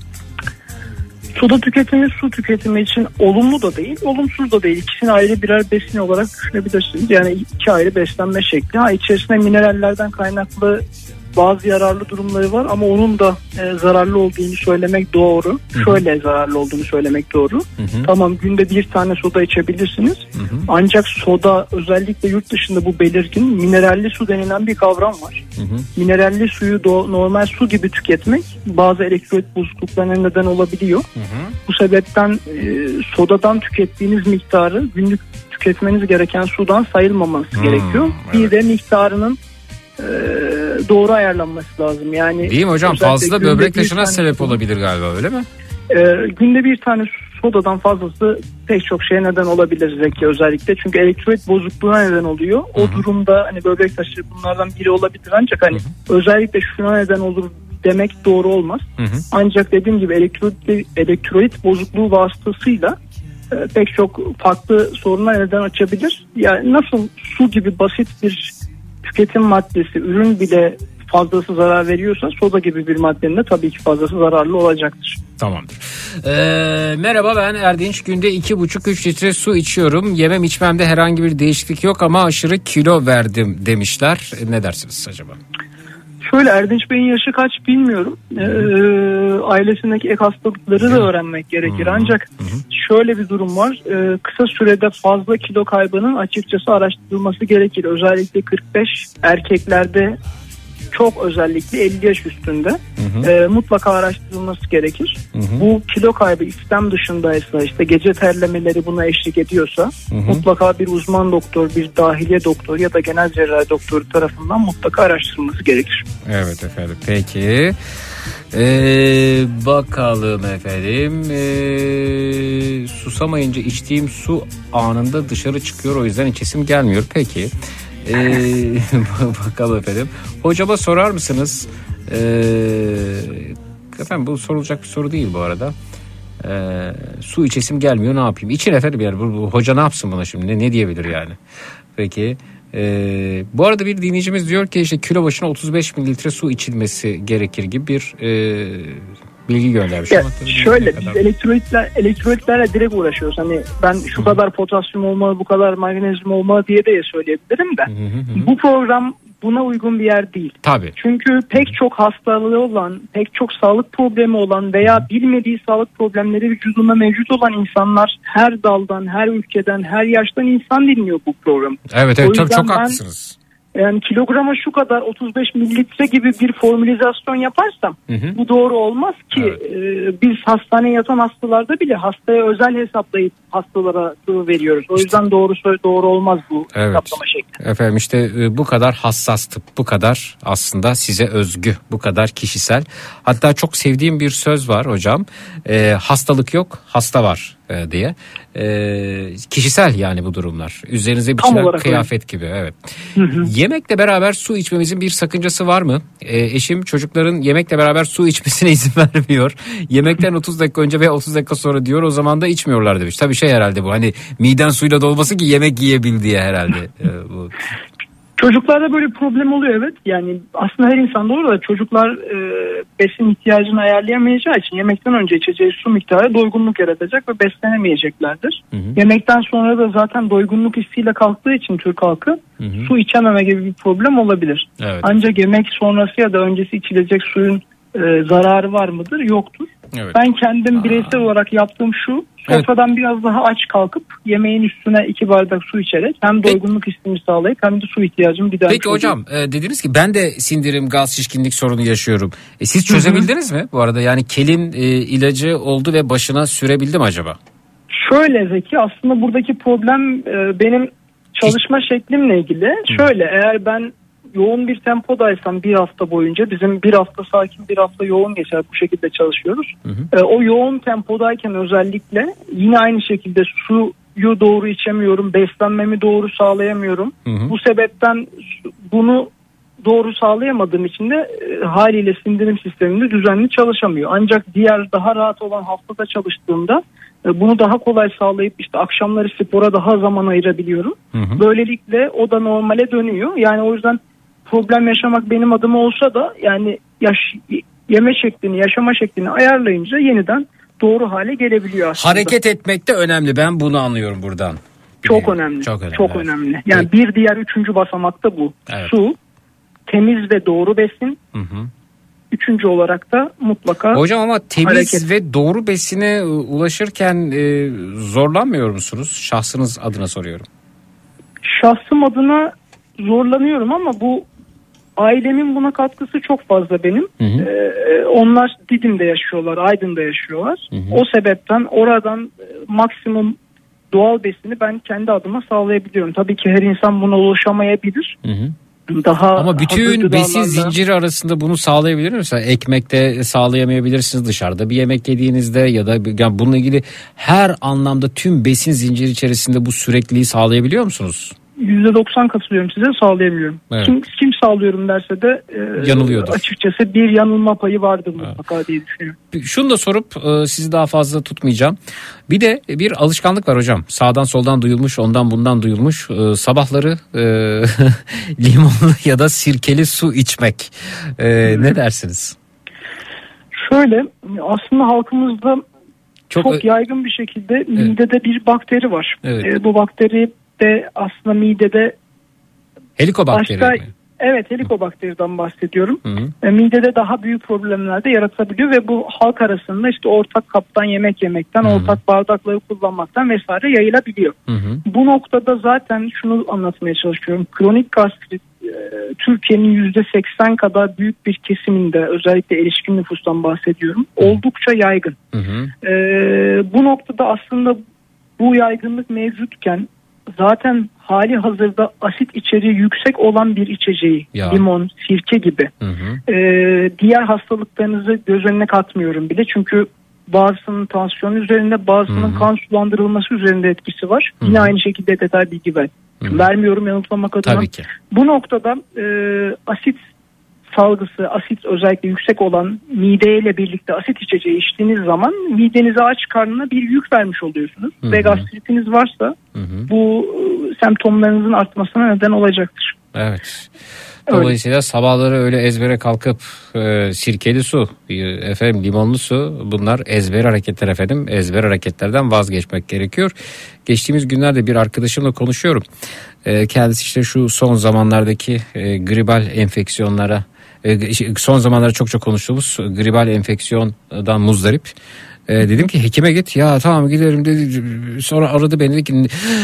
Soda tüketimi su tüketimi için olumlu da değil, olumsuz da değil. İkisini ayrı birer besin olarak düşünebilirsiniz. Yani iki ayrı beslenme şekli. Ha, içerisinde minerallerden kaynaklı bazı yararlı durumları var ama onun da e, zararlı olduğunu söylemek doğru. Hı hı. Şöyle zararlı olduğunu söylemek doğru. Hı hı. Tamam, günde bir tane soda içebilirsiniz. Hı hı. Ancak soda, özellikle yurt dışında bu belirgin, mineralli su denilen bir kavram var. Hı hı. Mineralli suyu do- normal su gibi tüketmek bazı elektrolit bozukluklarına neden olabiliyor. Hı hı. Bu sebepten e, sodadan tükettiğiniz miktarı günlük tüketmeniz gereken sudan sayılmaması hmm, gerekiyor. Evet. Bir de miktarının e, doğru ayarlanması lazım. Yani değil mi hocam? Fazla böbrek taşına sebep su, olabilir galiba, öyle mi? E, günde bir tane sodadan fazlası pek çok şeye neden olabilir Zeki, özellikle. Çünkü elektrolit bozukluğuna neden oluyor. O Hı-hı. durumda hani böbrek taşı bunlardan biri olabilir, ancak hani Hı-hı. özellikle şuna neden olur demek doğru olmaz. Hı-hı. Ancak dediğim gibi elektrolit, elektrolit bozukluğu vasıtasıyla e, pek çok farklı sorunlar neden açabilir. Yani nasıl su gibi basit bir tüketim maddesi, ürün bile fazlası zarar veriyorsa, soda gibi bir maddenin de tabii ki fazlası zararlı olacaktır. Tamamdır. Ee, merhaba, ben Erdinç. Günde iki buçuk üç litre su içiyorum. Yemem içmemde herhangi bir değişiklik yok ama aşırı kilo verdim demişler. Ne dersiniz acaba? Şöyle, Erdinç Bey'in yaşı kaç bilmiyorum. Ee, ailesindeki ek hastalıkları da öğrenmek gerekir. Hmm. Ancak şöyle bir durum var. Ee, kısa sürede fazla kilo kaybının açıkçası araştırılması gerekir. Özellikle kırk beş erkeklerde, çok özellikle elli yaş üstünde hı hı. E, mutlaka araştırılması gerekir. Hı hı. Bu kilo kaybı istem dışındaysa, işte gece terlemeleri buna eşlik ediyorsa hı hı. mutlaka bir uzman doktor, bir dahiliye doktoru ya da genel cerrahi doktoru tarafından mutlaka araştırılması gerekir. Evet efendim, peki. Ee, bakalım efendim. Ee, susamayınca içtiğim su anında dışarı çıkıyor, o yüzden içesim gelmiyor. Peki. Ee, bakalım efendim. Hocama sorar mısınız? Ee, efendim bu sorulacak bir soru değil bu arada. Ee, su içesim gelmiyor, ne yapayım? İçin efendim yani. Bu, bu, hoca ne yapsın buna şimdi? Ne, ne diyebilir yani? Peki. Ee, bu arada bir dinleyicimiz diyor ki işte kilo başına otuz beş mililitre su içilmesi gerekir gibi bir e, bilgi göndermiş. Ya, şöyle biz elektrolitler, elektrolitlerle direkt uğraşıyoruz. Hani ben şu Hı-hı. kadar potasyum olmalı, bu kadar magnezyum olmalı diye de söyleyebilirim de. Hı-hı. Bu program buna uygun bir yer değil. Tabii. Çünkü pek çok hastalığı olan, pek çok sağlık problemi olan veya bilmediği sağlık problemleri vücudunda mevcut olan insanlar, her daldan, her ülkeden, her yaştan insan dinliyor bu programı. Evet evet, tabii çok haklısınız. Yani kilograma şu kadar otuz beş mililitre gibi bir formülizasyon yaparsam hı hı. bu doğru olmaz ki. Evet. e, biz hastaneye yatan hastalarda bile hastaya özel hesaplayıp hastalara sıvı veriyoruz. O yüzden işte, doğru doğru olmaz bu evet. hesaplama şekli. Efendim işte e, bu kadar hassas tıp, bu kadar aslında size özgü, bu kadar kişisel. Hatta çok sevdiğim bir söz var hocam. E, hastalık yok, hasta var e, diye. E, kişisel yani bu durumlar. Üzerinize biçilen kıyafet öyle. gibi. Evet. Hı hı. Yemekle beraber su içmemizin bir sakıncası var mı? E, eşim çocukların yemekle beraber su içmesine izin vermiyor. Yemekten otuz dakika önce veya otuz dakika sonra diyor, o zaman da içmiyorlar demiş. Tabii şey herhalde bu, hani miden suyla dolması ki yemek yiyebil diye herhalde. E, bu. Çocuklarda böyle bir problem oluyor, evet. Yani aslında her insanda olur da çocuklar e, besin ihtiyacını ayarlayamayacağı için yemekten önce içeceği su miktarı doygunluk yaratacak ve beslenemeyeceklerdir. Hı hı. Yemekten sonra da zaten doygunluk hissiyle kalktığı için Türk halkı hı hı. su içememe gibi bir problem olabilir. Evet. Ancak yemek sonrası ya da öncesi içilecek suyun e, zararı var mıdır? Yoktur. Evet. Ben kendim bireysel Aa. olarak yaptığım şu: sofradan evet. biraz daha aç kalkıp yemeğin üstüne iki bardak su içerek hem doygunluk hissimi sağlayıp hem de su ihtiyacımı gidermiş Peki hocam e, dediniz ki ben de sindirim, gaz, şişkinlik sorunu yaşıyorum. E, siz çözebildiniz Hı-hı. mi bu arada? Yani kelin e, ilacı oldu ve başına sürebildi mi acaba? Şöyle Zeki, aslında buradaki problem e, benim çalışma şeklimle ilgili. Hı. Şöyle, eğer ben yoğun bir tempodaysam bir hafta boyunca, bizim bir hafta sakin bir hafta yoğun geçer, bu şekilde çalışıyoruz. Hı hı. E, o yoğun tempodayken özellikle yine aynı şekilde suyu doğru içemiyorum, beslenmemi doğru sağlayamıyorum. Hı hı. Bu sebepten bunu doğru sağlayamadığım için de e, haliyle sindirim sisteminde düzenli çalışamıyor. Ancak diğer daha rahat olan haftada çalıştığımda e, bunu daha kolay sağlayıp işte akşamları spora daha zaman ayırabiliyorum. Hı hı. Böylelikle o da normale dönüyor. Yani o yüzden problem yaşamak benim adıma olsa da yani yaş, yeme şeklini, yaşama şeklini ayarlayınca yeniden doğru hale gelebiliyor aslında. Hareket etmek de önemli. Ben bunu anlıyorum buradan. Çok ee, önemli. Çok önemli. Çok evet. önemli. Yani evet. bir diğer üçüncü basamak da bu. Evet. Su, temiz ve doğru besin. Hı hı. Üçüncü olarak da mutlaka hocam ama temiz hareket. Ve doğru besine ulaşırken e, zorlanmıyor musunuz? Şahsınız adına soruyorum. Şahsım adına zorlanıyorum ama bu ailemin buna katkısı çok fazla benim. Hı hı. Ee, onlar Didim'de yaşıyorlar, Aydın'da yaşıyorlar. Hı hı. O sebepten oradan e, maksimum doğal besini ben kendi adıma sağlayabiliyorum. Tabii ki her insan buna ulaşamayabilir. Hı hı. Daha ama bütün besin zinciri arasında bunu sağlayabilir misiniz? Mesela ekmekte sağlayamayabilirsiniz, dışarıda bir yemek yediğinizde ya da yani bununla ilgili her anlamda tüm besin zinciri içerisinde bu sürekliliği sağlayabiliyor musunuz? yüzde doksan katılıyorum size, sağlayamıyorum. Evet. Kim, kim sağlıyorum derse de e, yanılıyordur. Açıkçası bir yanılma payı vardır mutlaka evet. diye düşünüyorum. Şunu da sorup e, sizi daha fazla tutmayacağım. Bir de bir alışkanlık var hocam. Sağdan soldan duyulmuş, ondan bundan duyulmuş. E, sabahları e, limonlu ya da sirkeli su içmek. E, ne dersiniz? Şöyle, aslında halkımızda çok, çok yaygın bir şekilde evet. midede bir bakteri var. Evet. E, bu bakteri de aslında midede helikobakteri başka, evet helikobakteriden bahsediyorum. Hı hı. E, midede daha büyük problemler de yaratabiliyor ve bu halk arasında işte ortak kaptan yemek yemekten, hı hı. ortak bardakları kullanmaktan vesaire yayılabiliyor. Hı hı. Bu noktada zaten şunu anlatmaya çalışıyorum. Kronik gastrit e, Türkiye'nin yüzde seksen kadar büyük bir kesiminde, özellikle erişkin nüfustan bahsediyorum. Hı. Oldukça yaygın. Hı hı. E, bu noktada aslında bu yaygınlık mevcutken zaten hali hazırda asit içeriği yüksek olan bir içeceği, ya. limon, sirke gibi hı hı. Ee, diğer hastalıklarınızı göz önüne katmıyorum bile. Çünkü bazısının tansiyon üzerinde, bazısının hı hı. kan sulandırılması üzerinde etkisi var. Hı hı. Yine aynı şekilde detay bilgi ver. Hı hı. vermiyorum yanıltmamak adına. Tabii ki. Bu noktada e, asit salgısı, asit özellikle yüksek olan mideyle birlikte asit içeceği içtiğiniz zaman midenize, aç karnına bir yük vermiş oluyorsunuz. Hı hı. Ve gastritiniz varsa hı hı. bu semptomlarınızın artmasına neden olacaktır. Evet. Dolayısıyla öyle. Sabahları öyle ezbere kalkıp e, sirkeli su, e, efendim limonlu su, bunlar ezber hareketler efendim. Ezber hareketlerden vazgeçmek gerekiyor. Geçtiğimiz günlerde bir arkadaşımla konuşuyorum. E, kendisi işte şu son zamanlardaki e, gribal enfeksiyonlara, e, son zamanlarda çok çok konuştuğumuz gribal enfeksiyondan muzdarip. Ee, dedim ki hekime git. Ya tamam giderim dedi. Sonra aradı beni dedi ki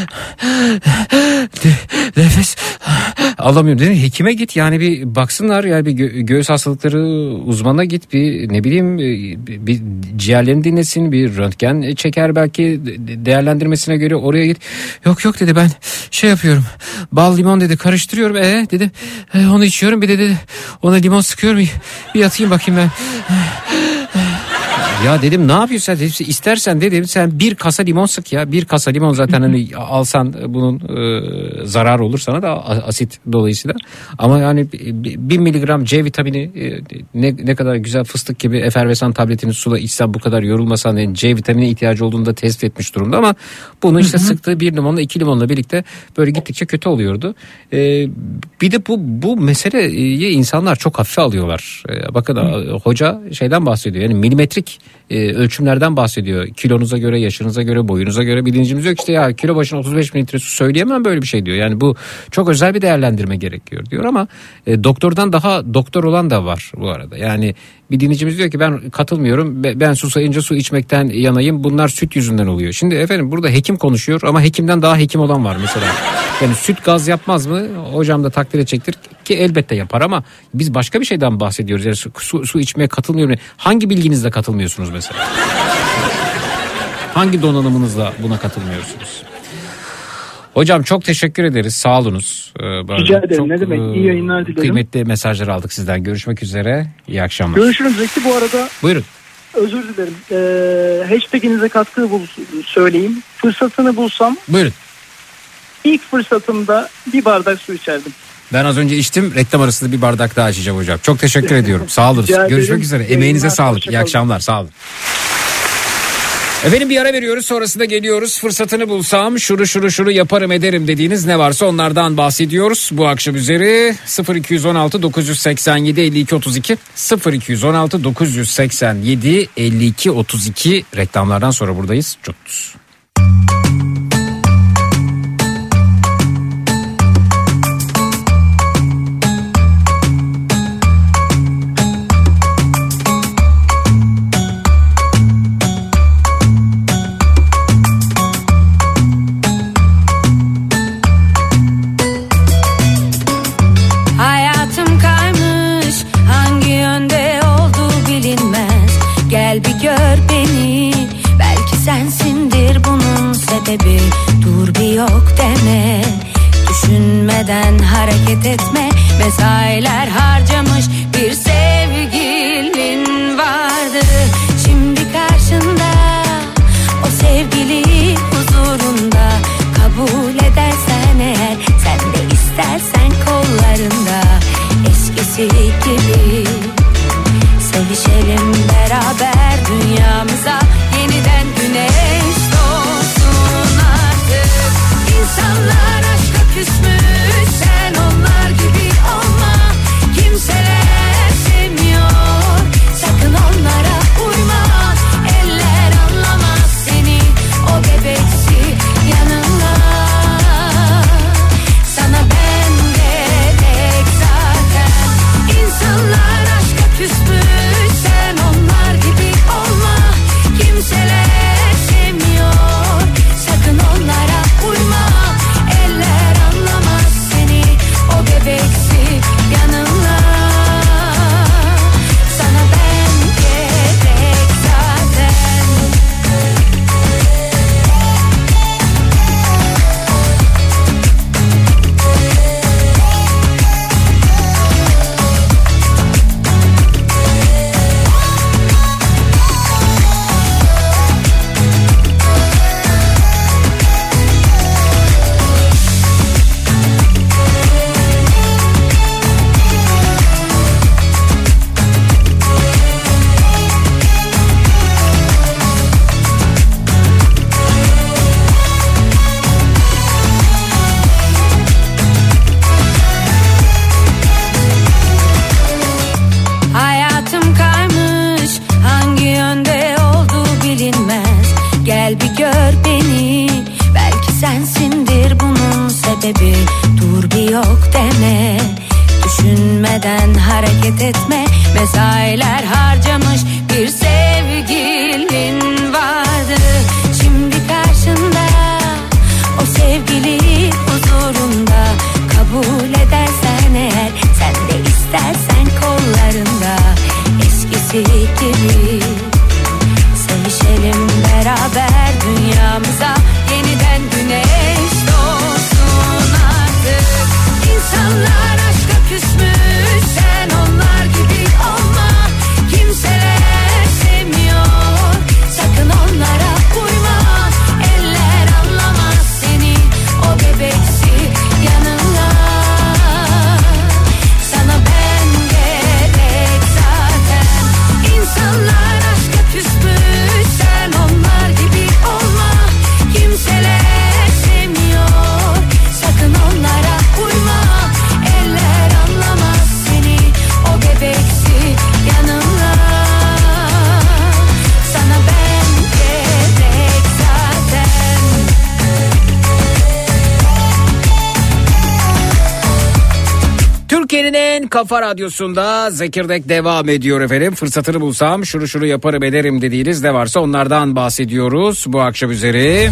nefes alamıyorum dedim. Hekime git yani bir baksınlar yani bir gö- göğüs hastalıkları uzmanına git, bir ne bileyim bir, bir ciğerlerini dinlesin, bir röntgen çeker belki değerlendirmesine göre oraya git. Yok yok dedi, ben şey yapıyorum, bal limon dedi karıştırıyorum. E dedim e, onu içiyorum, bir de dedi ona limon sıkıyorum, bir, bir yatayım bakayım ben. Ya dedim ne yapıyorsun sen dedim, istersen dedim sen bir kasa limon sık ya, bir kasa limon zaten hani alsan bunun e, zarar olur sana da asit dolayısıyla, ama yani bir miligram C vitamini e, ne, ne kadar güzel fıstık gibi efervesan tabletini suda içsen bu kadar yorulmasan yani C vitamine ihtiyacı olduğunu da tespit etmiş durumda, ama bunu işte sıktığı bir limonla iki limonla birlikte böyle gittikçe kötü oluyordu. E, bir de bu bu meseleyi insanlar çok hafife alıyorlar. E, bakın Hı. hoca şeyden bahsediyor, yani milimetrik e, ölçümlerden bahsediyor. Kilonuza göre, yaşınıza göre, boyunuza göre bilincimiz yok. İşte ya kilo başına otuz beş mililitre su söyleyemem böyle bir şey diyor. Yani bu çok özel bir değerlendirme gerekiyor diyor, ama e, doktordan daha doktor olan da var bu arada. Yani bir dinleyicimiz diyor ki ben katılmıyorum, ben susayınca su içmekten yanayım, bunlar süt yüzünden oluyor. Şimdi efendim burada hekim konuşuyor ama hekimden daha hekim olan var mesela. Yani süt gaz yapmaz mı? Hocam da takdir edecektir ki elbette yapar, ama biz başka bir şeyden bahsediyoruz. Yani su, su, su içmeye katılmıyorum. Hangi bilginizle katılmıyorsunuz mesela? Hangi donanımınızla buna katılmıyorsunuz? Hocam çok teşekkür ederiz. Sağ olunuz. Ee, Rica ederim. Çok, ne demek? İyi yayınlar dilerim. Kıymetli mesajlar aldık sizden. Görüşmek üzere. İyi akşamlar. Görüşürüz Zeki. Bu arada buyurun. Özür dilerim. Ee, hashtaginize katkı bul söyleyeyim. Fırsatını bulsam buyurun. İlk fırsatımda bir bardak su içerdim. Ben az önce içtim. Reklam arasında bir bardak daha içeceğim hocam. Çok teşekkür ediyorum. Sağ olun. Görüşmek üzere. Emeğinize sağlık. İyi akşamlar. Sağ olun. Efendim bir ara veriyoruz, sonrasında geliyoruz. Fırsatını bulsam şuru şuru şuru yaparım ederim dediğiniz ne varsa onlardan bahsediyoruz. Bu akşam üzeri sıfır iki on altı dokuz seksen yedi elli iki otuz iki sıfır iki on altı dokuz seksen yedi elli iki otuz iki reklamlardan sonra buradayız. Cutuz. Dur bir yok deme, düşünmeden hareket etme. Mesailer harcamış bir sevgilin vardı. Şimdi karşında o sevgili huzurunda. Kabul edersen eğer, sen de istersen kollarında. Eskisi gibi sevişelim beraber, dünyamıza yeniden güneş doğsun artık. İnsanlar aşka küsmüş, sen onlar gibi olma. Kimseler sevmiyor, sakın onlara uyma. Eller anlamaz seni, o bebeksi yanında. Sana ben gerek zaten. İnsanlar aşka küsmüş, sen onlar gibi olma. Kimseler sevmiyor, sakın onlara uyma. Eller anlamaz seni, o bebeksi yanında. Sana ben gerek zaten. Hayatım kaymış, hangi yönde olduğu bilinmez. Gel bir gör beni, belki sensindir bunun sebebi. Dur bir yok deme, düşünmeden hareket etme. Mesailer harcamış bir sevgilin vardı. Şimdi karşında o sevgili huzurunda. Kabul edersen eğer, sen de istersen kollarında. Eskisi gibi sevişelim beraber, dünyamıza yeniden güneş doğsun artık. İnsanlar aşka küsmüş, sen onlar gibi olma. Kimse Türkiye'nin Kafa Radyosu'nda Zekirdek devam ediyor efendim. Fırsatını bulsam şunu şunu yaparım ederim dediğiniz ne varsa onlardan bahsediyoruz bu akşam üzeri.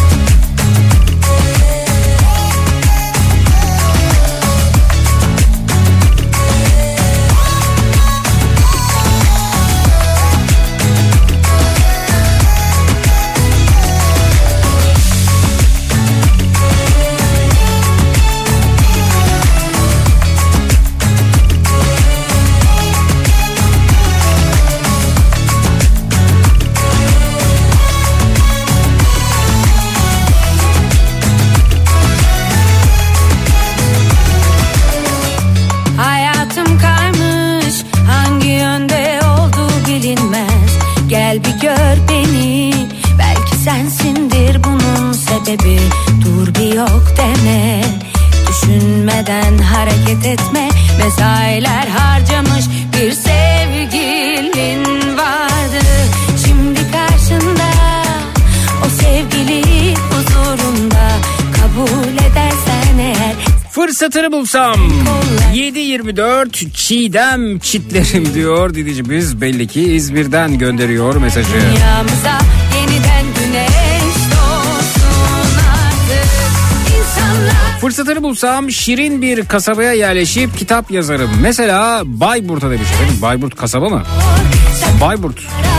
Dur bir yok deme, düşünmeden hareket etme. Mesailer harcamış bir sevgilin vardı. Şimdi karşında o sevgili huzurunda, kabul edersen eğer. Fırsatını bulsam yedi yirmi dört Çiğdem çitlerim diyor dinleyicimiz, belli ki İzmir'den gönderiyor mesajı. Dünyamıza yeniden güneş doğsun artık. İnsanlar... Fırsatını bulsam şirin bir kasabaya yerleşip kitap yazarım. Mesela Bayburt'a demiş efendim. Bayburt kasaba mı? Bayburt.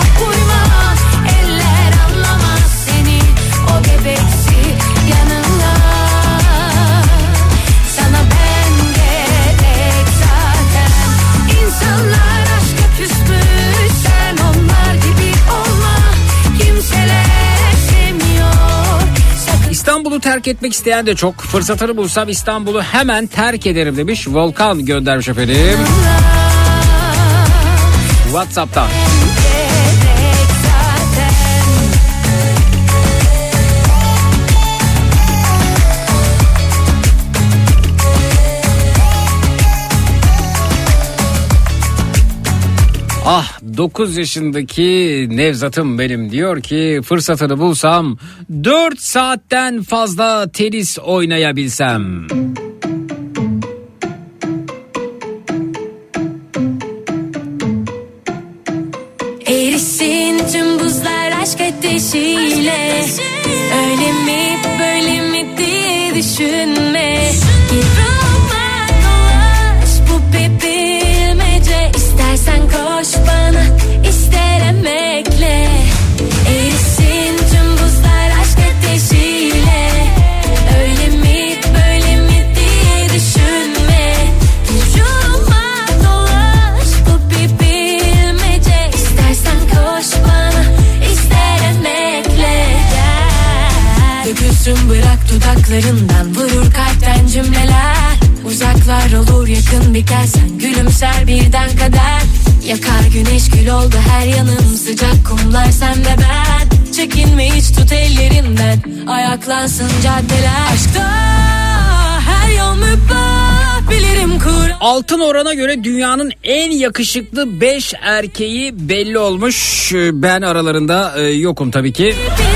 Eller anlamaz seni, o bebeksi yanında. Sana ben gerek zaten. İnsanlar aşka küsmüş, sen onlar gibi olma. Kimseler sevmiyor. Sakın... İstanbul'u terk etmek isteyen de çok. Fırsatını bulsam İstanbul'u hemen terk ederim demiş. Volkan göndermiş efendim. WhatsApp'tan. Ah dokuz yaşındaki Nevzat'ım benim diyor ki fırsatını bulsam dört saatten fazla tenis oynayabilsem. Erisin tüm buzlar aşk ateşiyle. Öyle mi böyle mi diye düşünme. Girme dolaş bu bir bilmece. İstersen koş bana, ister emekle. Erisin tüm buzlar aşk ateşiyle. Öyle mi böyle mi diye düşünme. Girme dolaş bu bir bilmece. İstersen koş bana, ister emekle. Dökülsün bırak dudaklarından, vurur kalpten cümleler. Uzaklar olur yakın biter, sen gülümser birden kader. Yakar güneş gül oldu her yanım, sıcak kumlar sen ve ben. Çekinme hiç tut ellerimden, ayaklansın caddeler. Aşkta her yol mübah, bilirim kur. Altın orana göre dünyanın en yakışıklı beş erkeği belli olmuş. Ben aralarında e, yokum tabii ki.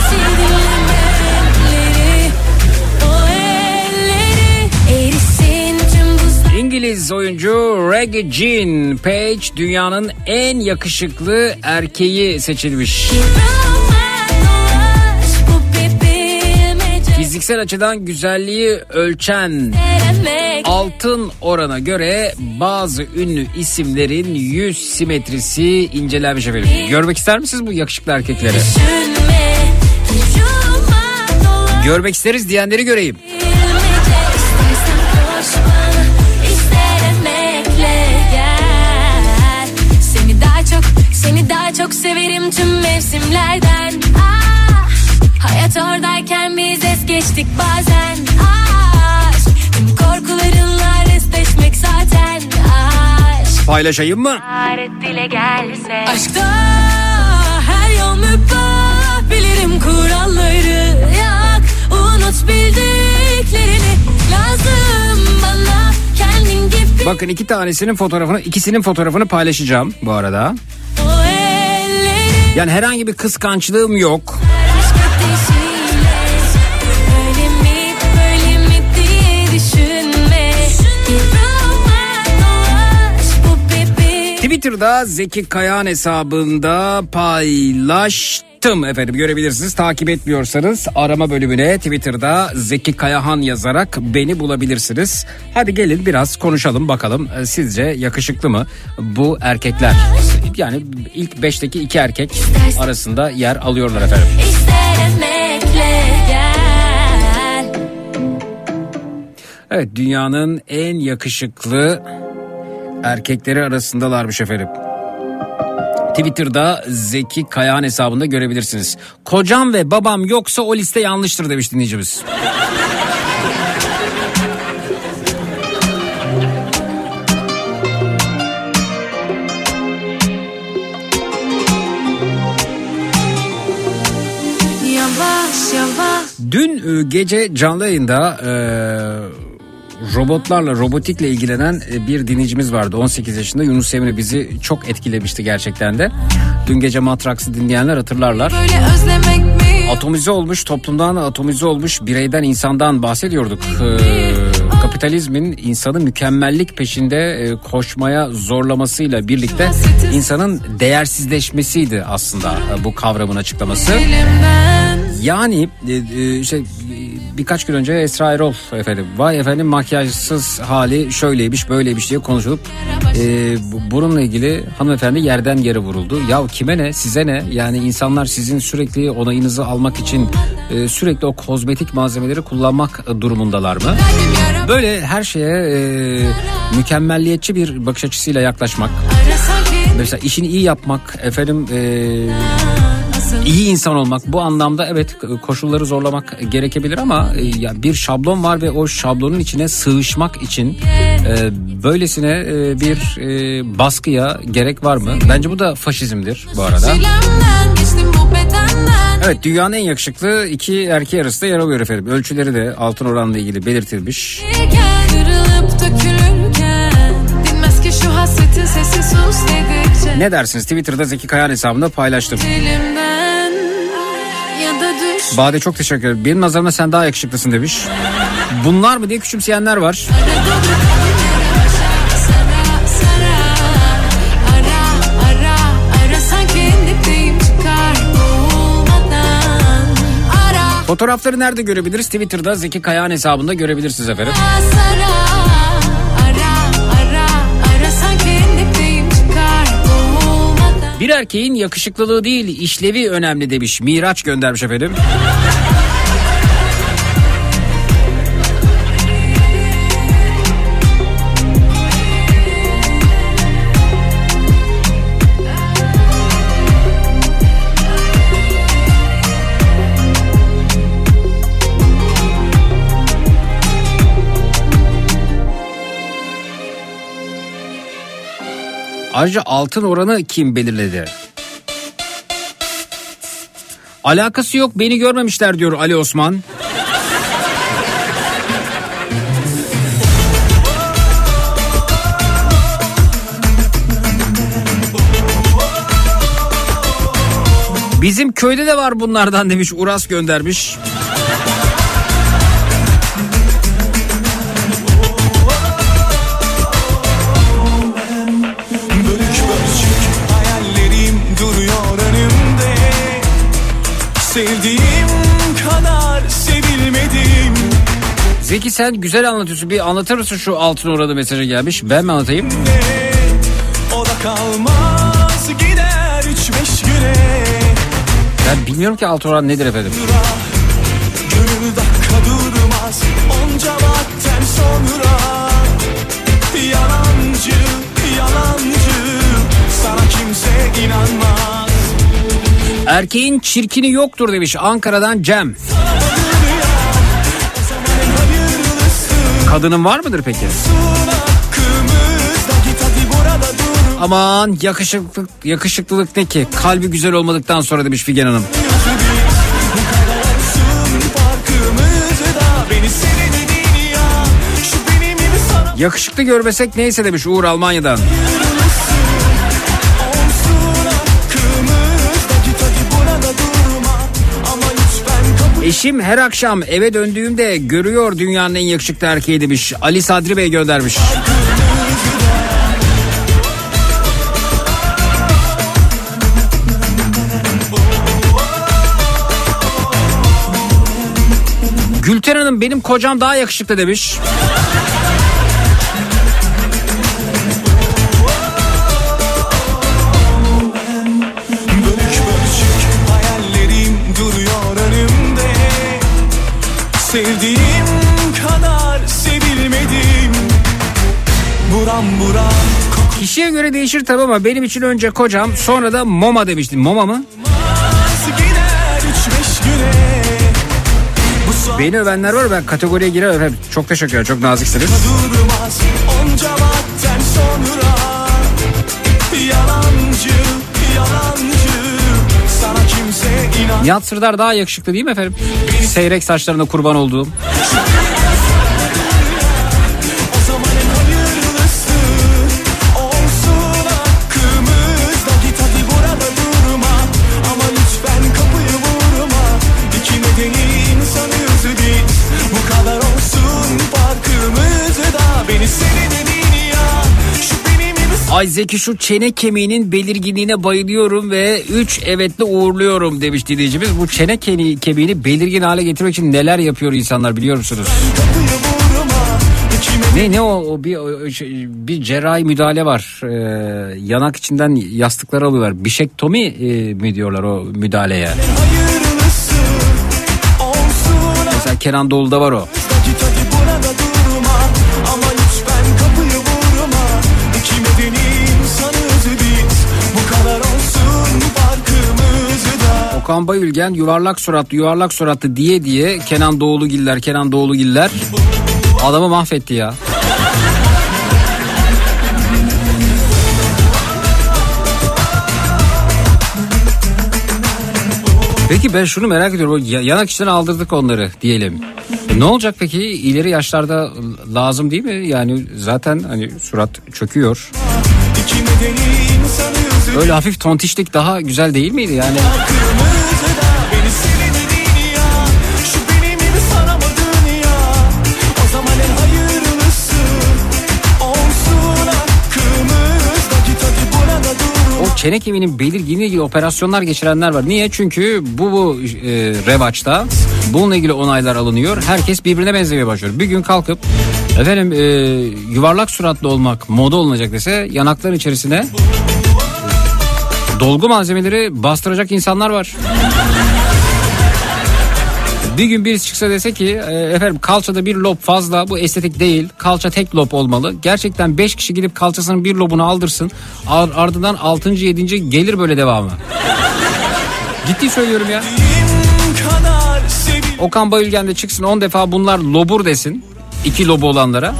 İngiliz oyuncu Reggie Jean Page dünyanın en yakışıklı erkeği seçilmiş. Fiziksel açıdan güzelliği ölçen altın orana göre bazı ünlü isimlerin yüz simetrisi incelenmiş efendim. Görmek ister misiniz bu yakışıklı erkekleri? Görmek isteriz diyenleri göreyim. Seni daha çok severim tüm mevsimlerden. Ah, hayat oradayken biz es geçtik bazen. Aşk, tüm korkularınla restleşmek zaten. Aşk, paylaşayım mı? Dile gelse. Aşkta her yol mübah, bilirim kuralları. Yak, unut bildiklerini, lazım bana kendin gibi. Bakın iki tanesinin fotoğrafını, ikisinin fotoğrafını paylaşacağım bu arada. Yani herhangi bir kıskançlığım yok. Twitter'da Zeki Kayağan hesabında paylaştım efendim, görebilirsiniz. Takip etmiyorsanız arama bölümüne Twitter'da Zeki Kayahan yazarak beni bulabilirsiniz. Hadi gelin biraz konuşalım bakalım, sizce yakışıklı mı bu erkekler? Yani ilk beşteki iki erkek arasında yer alıyorlar efendim. Evet, dünyanın en yakışıklı erkekleri arasındalarmış efendim. Twitter'da Zeki Kayağan hesabında görebilirsiniz. Kocam ve babam yoksa o liste yanlıştır demiş dinleyicimiz. Yavaş yavaş. Dün gece canlı yayında e, robotlarla, robotikle ilgilenen bir dinleyicimiz vardı. on sekiz yaşında Yunus Emre, bizi çok etkilemişti gerçekten de. Dün gece Matraks'ı dinleyenler hatırlarlar. Atomize olmuş, toplumdan atomize olmuş bireyden, insandan bahsediyorduk. Ee, kapitalizmin insanı mükemmellik peşinde koşmaya zorlamasıyla birlikte insanın değersizleşmesiydi aslında bu kavramın açıklaması. Yani işte birkaç gün önce Esra Erol efendim, vay efendim makyajsız hali şöyleymiş böyleymiş diye konuşulup e, bununla ilgili hanımefendi yerden yere vuruldu. Ya kime ne, size ne? Yani insanlar sizin sürekli onayınızı almak için e, sürekli o kozmetik malzemeleri kullanmak durumundalar mı? Böyle her şeye e, mükemmelliyetçi bir bakış açısıyla yaklaşmak, mesela işini iyi yapmak efendim, e, İyi insan olmak, bu anlamda evet koşulları zorlamak gerekebilir ama e, ya bir şablon var ve o şablonun içine sığışmak için e, böylesine e, bir e, baskıya gerek var mı? Bence bu da faşizmdir bu arada. Evet, dünyanın en yakışıklı iki erkeği arasında yer alıyor efendim. Ölçüleri de altın oranla ilgili belirtilmiş. Ne dersiniz? Twitter'da Zeki Kayağan hesabında paylaştım. Bade çok teşekkür ederim. Benim nazarımda sen daha yakışıklısın demiş. Bunlar mı diye küçümseyenler var. Fotoğrafları nerede görebiliriz? Twitter'da Zeki Kayağan hesabında görebilirsiniz efendim. Bir erkeğin yakışıklılığı değil, işlevi önemli demiş. Miraç göndermiş efendim. Ayrıca altın oranı kim belirledi? Alakası yok, beni görmemişler diyor Ali Osman. Bizim köyde de var bunlardan demiş, Uras göndermiş. Sevdiğim kadar sevilmedim. Zeki sen güzel anlatıyorsun. Bir anlatır mısın şu altın oranı mesajı gelmiş. Ben mi anlatayım? O da kalmaz gider üç beş güne. Ben bilmiyorum ki altın oranı nedir efendim. Gönül dakika durmaz onca vakten sonra. Yalancı, yalancı, sana kimse inanmaz. Erkeğin çirkini yoktur demiş Ankara'dan Cem. Kadının var mıdır peki? Aman yakışıklık, yakışıklılık ne ki? Kalbi güzel olmadıktan sonra demiş Figen Hanım. Yakışıklı görmesek neyse demiş Uğur Almanya'dan. Eşim her akşam eve döndüğümde görüyor dünyanın en yakışıklı erkeği demiş. Ali Sadri Bey göndermiş. Gülten Hanım benim kocam daha yakışıklı demiş. Bölük bölçük hayallerim duruyor önümde. Sevdiğim kadar sevilmedim. Buram buram kokmaz Kişiye göre değişir tabii ama benim için önce kocam, sonra da Moma demiştim. Moma mı? gider üç beş güne. Bu saat Beni övenler var, ben kategoriye girer efendim. Çok teşekkür ederim, çok naziksiniz. durmaz onca vakten sonra. Yalancı, yalancı, sana kimse inan. Nihat Sırdar daha yakışıklı değil mi efendim? Seyrek saçlarına kurban olduğum. O zaman en hayırlısı olsun hakkımızda. Git hadi burada durma, ama lütfen kapıyı vurma. İki medeni insanız biz, bu kadar olsun farkımızda. Beni sevmedin ya, şu benim gibi. Ay Zeki, şu çene kemiğinin belirginliğine bayılıyorum ve üç evetle uğurluyorum demiş dinleyicimiz. Bu çene kemiği, kemiğini belirgin hale getirmek için neler yapıyor insanlar biliyor musunuz? Kapıyı vurma, iki medeni. Ne ne o, o bir o, şey, bir cerrahi müdahale var. Ee, yanak içinden yastıklar alıyorlar. Bişektomi e, mi diyorlar o müdahaleye? Hayırlısı olsun Mesela Kenan Doğulu'da var o. Git hadi burada durma, ama lütfen kapıyı vurma. İki medeni insanız biz, bu kadar olsun farkımızda. Okan Bayülgen yuvarlak suratlı yuvarlak suratlı diye diye Kenan Doğulugiller Kenan Doğulugiller adamı mahvetti ya. Peki ben şunu merak ediyorum. Yanak içinden aldırdık onları diyelim. E ne olacak peki? İleri yaşlarda lazım değil mi? Yani zaten hani surat çöküyor. İki medeni insanız Öyle hafif tontişlik daha güzel değil miydi yani? farkımızda. Beni sevmedin ya, şu benim gibi sanamadın ya. O zaman en hayırlısı olsun hakkımızda. Git hadi burada durma. O çene kemiğinin belirginliğiyle ilgili operasyonlar geçirenler var. Niye? Çünkü bu, bu e, revaçta bununla ilgili onaylar alınıyor. Herkes birbirine benzemeye başlıyor. Bir gün kalkıp efendim e, yuvarlak suratlı olmak moda olunacak dese yanakların içerisine dolgu malzemeleri bastıracak insanlar var. Bir gün birisi çıksa dese ki e, efendim kalçada bir lob fazla, bu estetik değil, kalça tek lob olmalı. Gerçekten beş kişi gidip kalçasının bir lobunu aldırsın, Ar- ardından altıncı yedinci gelir böyle devamı. Ciddi söylüyorum ya. Kadar sevil Okan Bayülgen de çıksın on defa bunlar lobur desin, iki lobu olanlara.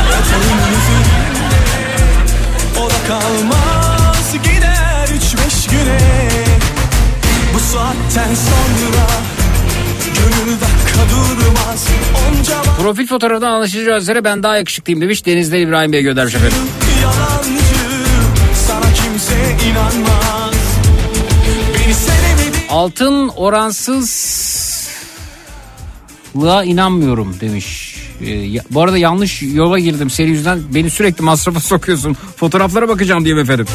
o da kalmaz, gider üç beş güne. Bu saatten sonra gönül dakika durmaz onca vakit. Profil fotoğrafından anlaşılacağı üzere ben daha yakışıklıyım demiş, Deniz'den İbrahim Bey göndermiş efendim. Yalancı, sana kimse inanmaz. Beni sevmedi. Altın oransızlığa inanmıyorum demiş. Ee, ya- bu arada yanlış yola girdim senin yüzünden, beni sürekli masrafa sokuyorsun. Fotoğraflara bakacağım diyeyim efendim.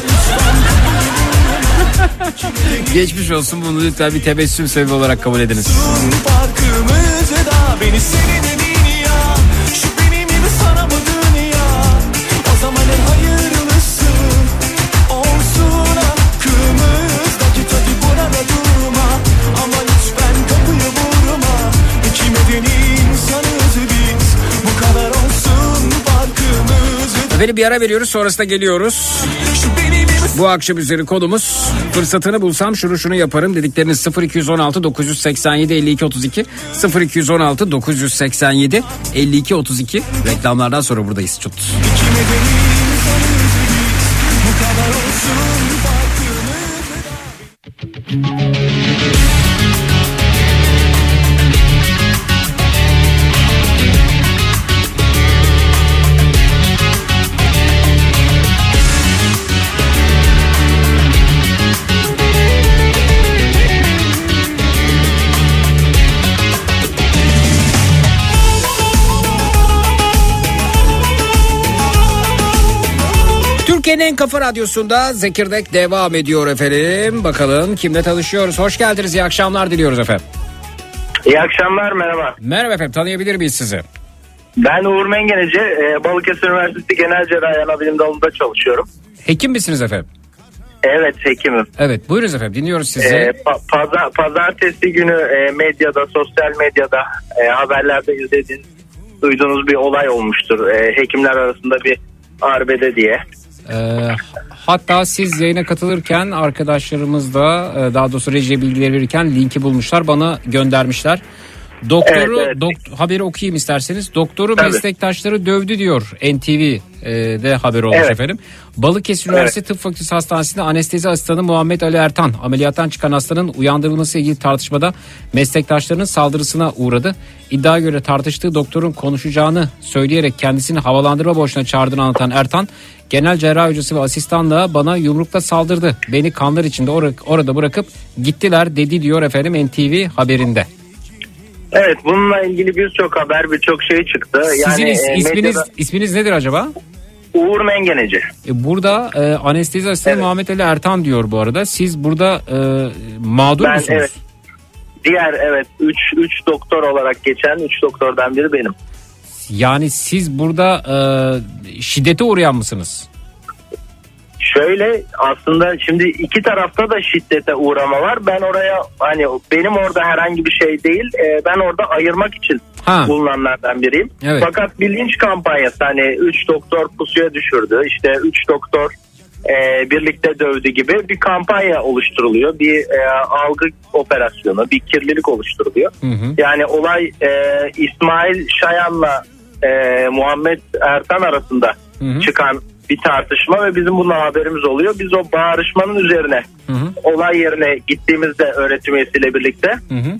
Geçmiş olsun, bunu lütfen bir tebessüm sebebi olarak kabul ediniz. Farkımızda beni sevmedin ya, şu benim gibi sanamadın ya. O zaman en hayırlısı olsun hakkımızda. Git hadi burada durma, ama lütfen kapıyı vurma. İki medeni insanız biz, bu kadar olsun farkımızda. Efendim bir ara veriyoruz, sonrasında geliyoruz. Şu benim gibi Bu akşam üzeri konumuz fırsatını bulsam şunu şunu yaparım dedikleriniz sıfır iki on altı dokuz yüz seksen yedi elli iki otuz iki sıfır iki on altı dokuz yüz seksen yedi elli iki otuz iki. Reklamlardan sonra buradayız. Çut. iki medeni insanız biz, bu kadar olsun farkımızda. Türkiye'nin en kafa radyosunda Zekirdek devam ediyor efendim. Bakalım kimle tanışıyoruz. Hoş geldiniz, iyi akşamlar diliyoruz efendim. İyi akşamlar, merhaba. Merhaba efendim, tanıyabilir miyiz sizi? Ben Uğur Mengeneci, Balıkesir Üniversitesi Genel Cerrahi Anabilim Dalı'nda çalışıyorum. Hekim misiniz efendim? Evet, hekimim. Evet, buyurunuz efendim, dinliyoruz sizi. Ee, pa- pazar, pazartesi günü e, medyada, sosyal medyada e, haberlerde izlediğiniz, duyduğunuz bir olay olmuştur. E, hekimler arasında bir arbede diye. Ee, hatta siz yayına katılırken arkadaşlarımız da e, daha doğrusu reji bilgileri verirken linki bulmuşlar, bana göndermişler. Doktoru Evet, evet. Dok- haberi okuyayım isterseniz. Doktoru Tabii. meslektaşları dövdü diyor N T V'de haber olmuş Evet. efendim. Balıkesir Evet. Üniversitesi Tıp Fakültesi Hastanesi'nde anestezi asistanı Muhammed Ali Ertan ameliyattan çıkan hastanın uyandırılması ile ilgili tartışmada meslektaşlarının saldırısına uğradı. İddiaya göre tartıştığı doktorun konuşacağını söyleyerek kendisini havalandırma boşuna çağırdığını anlatan Ertan, genel cerrahi hocası ve asistanla bana yumrukla saldırdı. Beni kanlar içinde or- orada bırakıp gittiler dedi diyor efendim N T V haberinde. Evet, bununla ilgili birçok haber, birçok şey çıktı. Sizin yani, is- e, isminiz medyada- isminiz nedir acaba? Uğur Mengeneci. E, burada e, anestezi asistanı Evet. Muhammed Ali Ertan diyor bu arada. Siz burada e, mağdur Ben, musunuz? evet. Diğer evet üç üç doktor olarak geçen üç doktordan biri benim. Yani siz burada e, şiddete uğrayan mısınız? Şöyle, aslında şimdi iki tarafta da şiddete uğrama var. Ben oraya, hani benim orada herhangi bir şey değil. Ee, ben orada ayırmak için Ha. bulunanlardan biriyim. Evet. Fakat bir linç kampanyası, hani üç doktor pusuya düşürdü, İşte üç doktor e, birlikte dövdü gibi bir kampanya oluşturuluyor. Bir e, algı operasyonu, bir kirlilik oluşturuluyor. Hı hı. Yani olay e, İsmail Şayan'la e, Muhammed Ertan arasında Hı hı. çıkan bir tartışma ve bizim bundan haberimiz oluyor. Biz o bağırışmanın üzerine Hı hı. olay yerine gittiğimizde öğretim üyesiyle birlikte, Hı hı.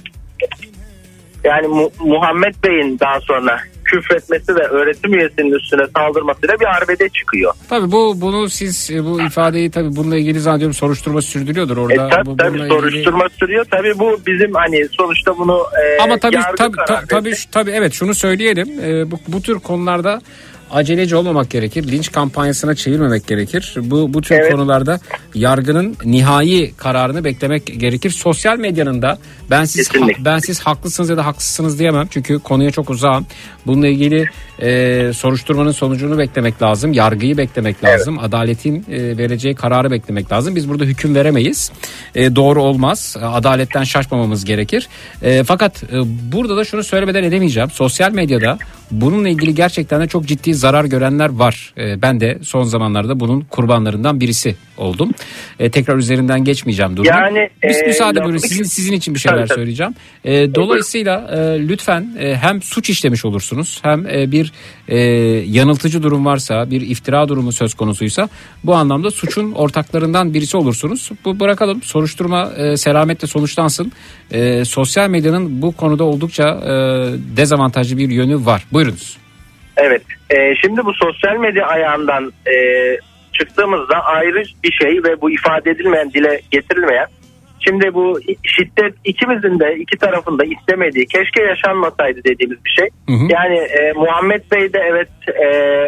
yani Mu- Muhammed Bey'in daha sonra küfretmesi ve öğretim üyesinin üstüne saldırmasıyla bir arbede çıkıyor. Tabii bu bunu siz e, bu ifadeyi tabii bununla ilgili zannediyorum soruşturma sürdürülüyordur E, orada. tabii bu, tabii bununla soruşturma ilgili... sürüyor. Tabii bu bizim hani sonuçta bunu e, Ama tabii yargı tabii karar ta- verdi. tabii tabii evet şunu söyleyelim. E, bu, bu tür konularda aceleci olmamak gerekir. Linç kampanyasına çevirmemek gerekir. Bu bu tür Evet. konularda yargının nihai kararını beklemek gerekir. Sosyal medyanın da ben siz ha- Kesinlikle. ben siz haklısınız ya da haksızsınız diyemem. Çünkü konuya çok uzağım. Bununla ilgili e, soruşturmanın sonucunu beklemek lazım. Yargıyı beklemek lazım. Adaletin e, vereceği kararı beklemek lazım. Biz burada hüküm veremeyiz. E, doğru olmaz. Adaletten şaşmamamız gerekir. E, fakat e, burada da şunu söylemeden edemeyeceğim. Sosyal medyada bununla ilgili gerçekten de çok ciddi zarar görenler var. E, ben de son zamanlarda bunun kurbanlarından birisi oldum. E, tekrar üzerinden geçmeyeceğim durumu. Yani, Biz e, müsaade buyurun. lafı- Sizin sizin için bir şeyler Tabii, tabii. söyleyeceğim. E, dolayısıyla e, lütfen e, hem suç işlemiş olursunuz, hem e, bir e, yanıltıcı durum varsa, bir iftira durumu söz konusuysa bu anlamda suçun ortaklarından birisi olursunuz. Bu bırakalım. Soruşturma e, selametle sonuçlansın. E, sosyal medyanın bu konuda oldukça e, dezavantajlı bir yönü var. Buyurunuz. Evet. E, şimdi bu sosyal medya ayağından e, çıktığımızda ayrı bir şey ve bu ifade edilmeyen, dile getirilmeyen. Şimdi bu şiddet ikimizin de iki tarafın da istemediği, keşke yaşanmasaydı dediğimiz bir şey. Hı hı. Yani e, Muhammed Bey'de evet e,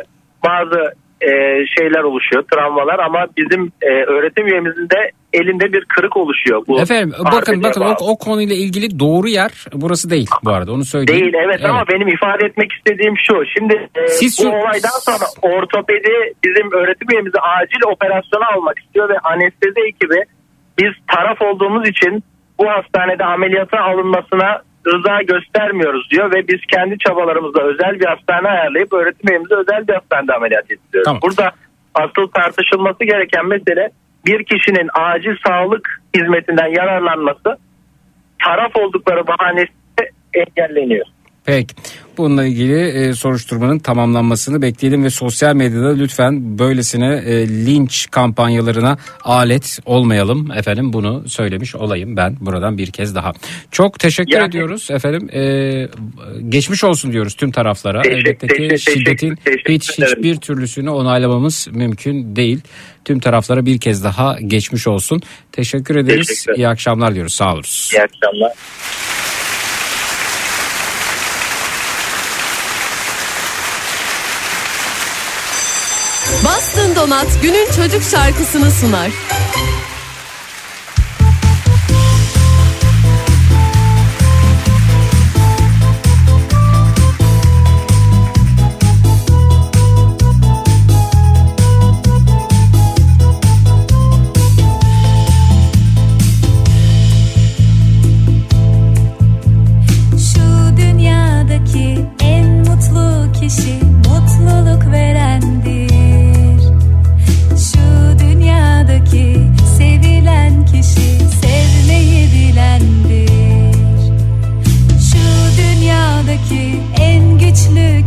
bazı e, şeyler oluşuyor, travmalar, ama bizim e, öğretim üyemizin de elinde bir kırık oluşuyor. Bu Efendim bakın arbedeye bakın o, bağlı. o konuyla ilgili doğru yer burası değil bu arada, onu söyleyeyim. Değil evet, ama benim ifade etmek istediğim şu. Şimdi e, Siz bu şu- olaydan sonra ortopedi bizim öğretim üyemizi acil operasyona almak istiyor ve anestezi ekibi biz taraf olduğumuz için bu hastanede ameliyata alınmasına rıza göstermiyoruz diyor ve biz kendi çabalarımızla özel bir hastane ayarlayıp öğretim üyemizi özel bir hastanede ameliyat ediyoruz. Tamam. Burada asıl tartışılması gereken mesele bir kişinin acil sağlık hizmetinden yararlanması taraf oldukları bahanesiyle engelleniyor. Peki. Bununla ilgili e, soruşturmanın tamamlanmasını bekleyelim ve sosyal medyada lütfen böylesine e, linç kampanyalarına alet olmayalım efendim, bunu söylemiş olayım ben buradan bir kez daha. Çok teşekkür Yani- ediyoruz efendim. E, geçmiş olsun diyoruz tüm taraflara. Teşekkür- Elbette ki teşekkür- şiddetin teşekkür hiç ederim. hiçbir türlüsünü onaylamamız mümkün değil. Tüm taraflara bir kez daha geçmiş olsun. Teşekkür ederiz. Teşekkür ederim. İyi akşamlar diyoruz. Sağ olun. İyi akşamlar. Boston Donat günün çocuk şarkısını sunar.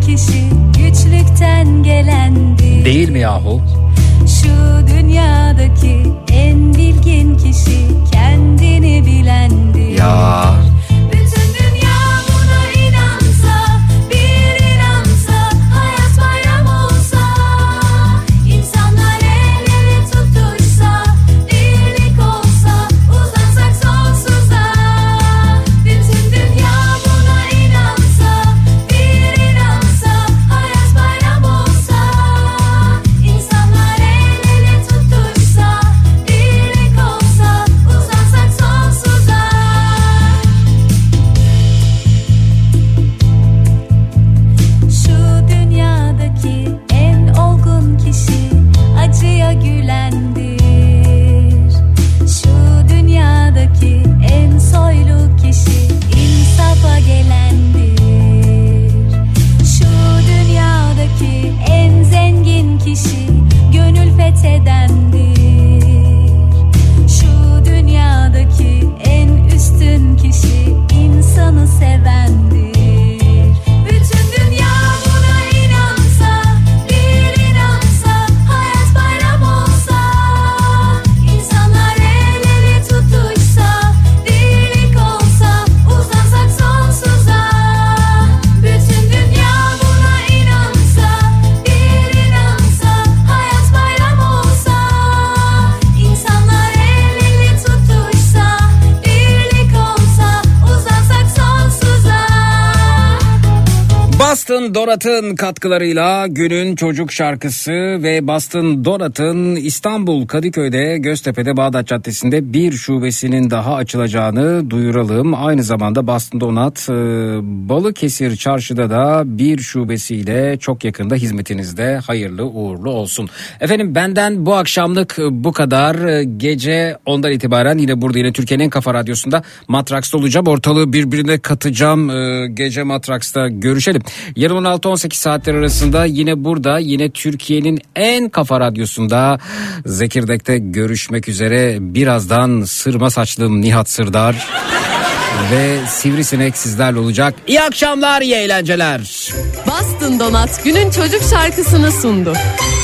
kişi güçlükten gelendir. Değil mi yahu? Şu dünyadaki en bilgin kişi kendini bilendir. Ya. Bütün dünya buna inansa, bir inansa, hayat bayram olsa, insanlar el ele tutuşsa, birlik olsa, uzansak sonsuza. Bütün dünya buna inansa, bir inansa, hayat bayram olsa, insanlar el ele tutuşsa, birlik olsa, uzansak sonsuza. Şu dünyadaki en olgun kişi acıya gülendir. Şu dünyadaki en soylu kişi insafa gelendir. Şu dünyadaki en zengin kişi gönül fethedendir. Şu dünyadaki en üstün kişi insanı sevendir. Bütün dünya buna inansa, bir inansa, hayat bayram olsa, insanlar el ele tutuşsa, birlik olsa, uzansak sonsuza. Bütün dünya buna inansa, bir inansa, hayat bayram olsa, insanlar el ele tutuşsa, birlik olsa, uzansak sonsuza. Boston Donat'ın katkılarıyla günün çocuk şarkısı ve Boston Donat'ın İstanbul Kadıköy'de Göztepe'de Bağdat Caddesi'nde bir şubesinin daha açılacağını duyuralım. Aynı zamanda Boston Donat e, Balıkesir Çarşı'da da bir şubesiyle çok yakında hizmetinizde, hayırlı uğurlu olsun. Efendim benden bu akşamlık bu kadar. Gece ondan itibaren yine burada, yine Türkiye'nin en kafa radyosunda Matraks'ta olacağım. Ortalığı birbirine katacağım. E, gece Matraks'ta görüşelim. Yarın on altı on sekiz saatler arasında yine burada, yine Türkiye'nin en kafa radyosunda Zekirdek'te görüşmek üzere. Birazdan sırma saçlım Nihat Sırdar ve Sivrisinek sizlerle olacak. İyi akşamlar, iyi eğlenceler. Boston Donat günün çocuk şarkısını sundu.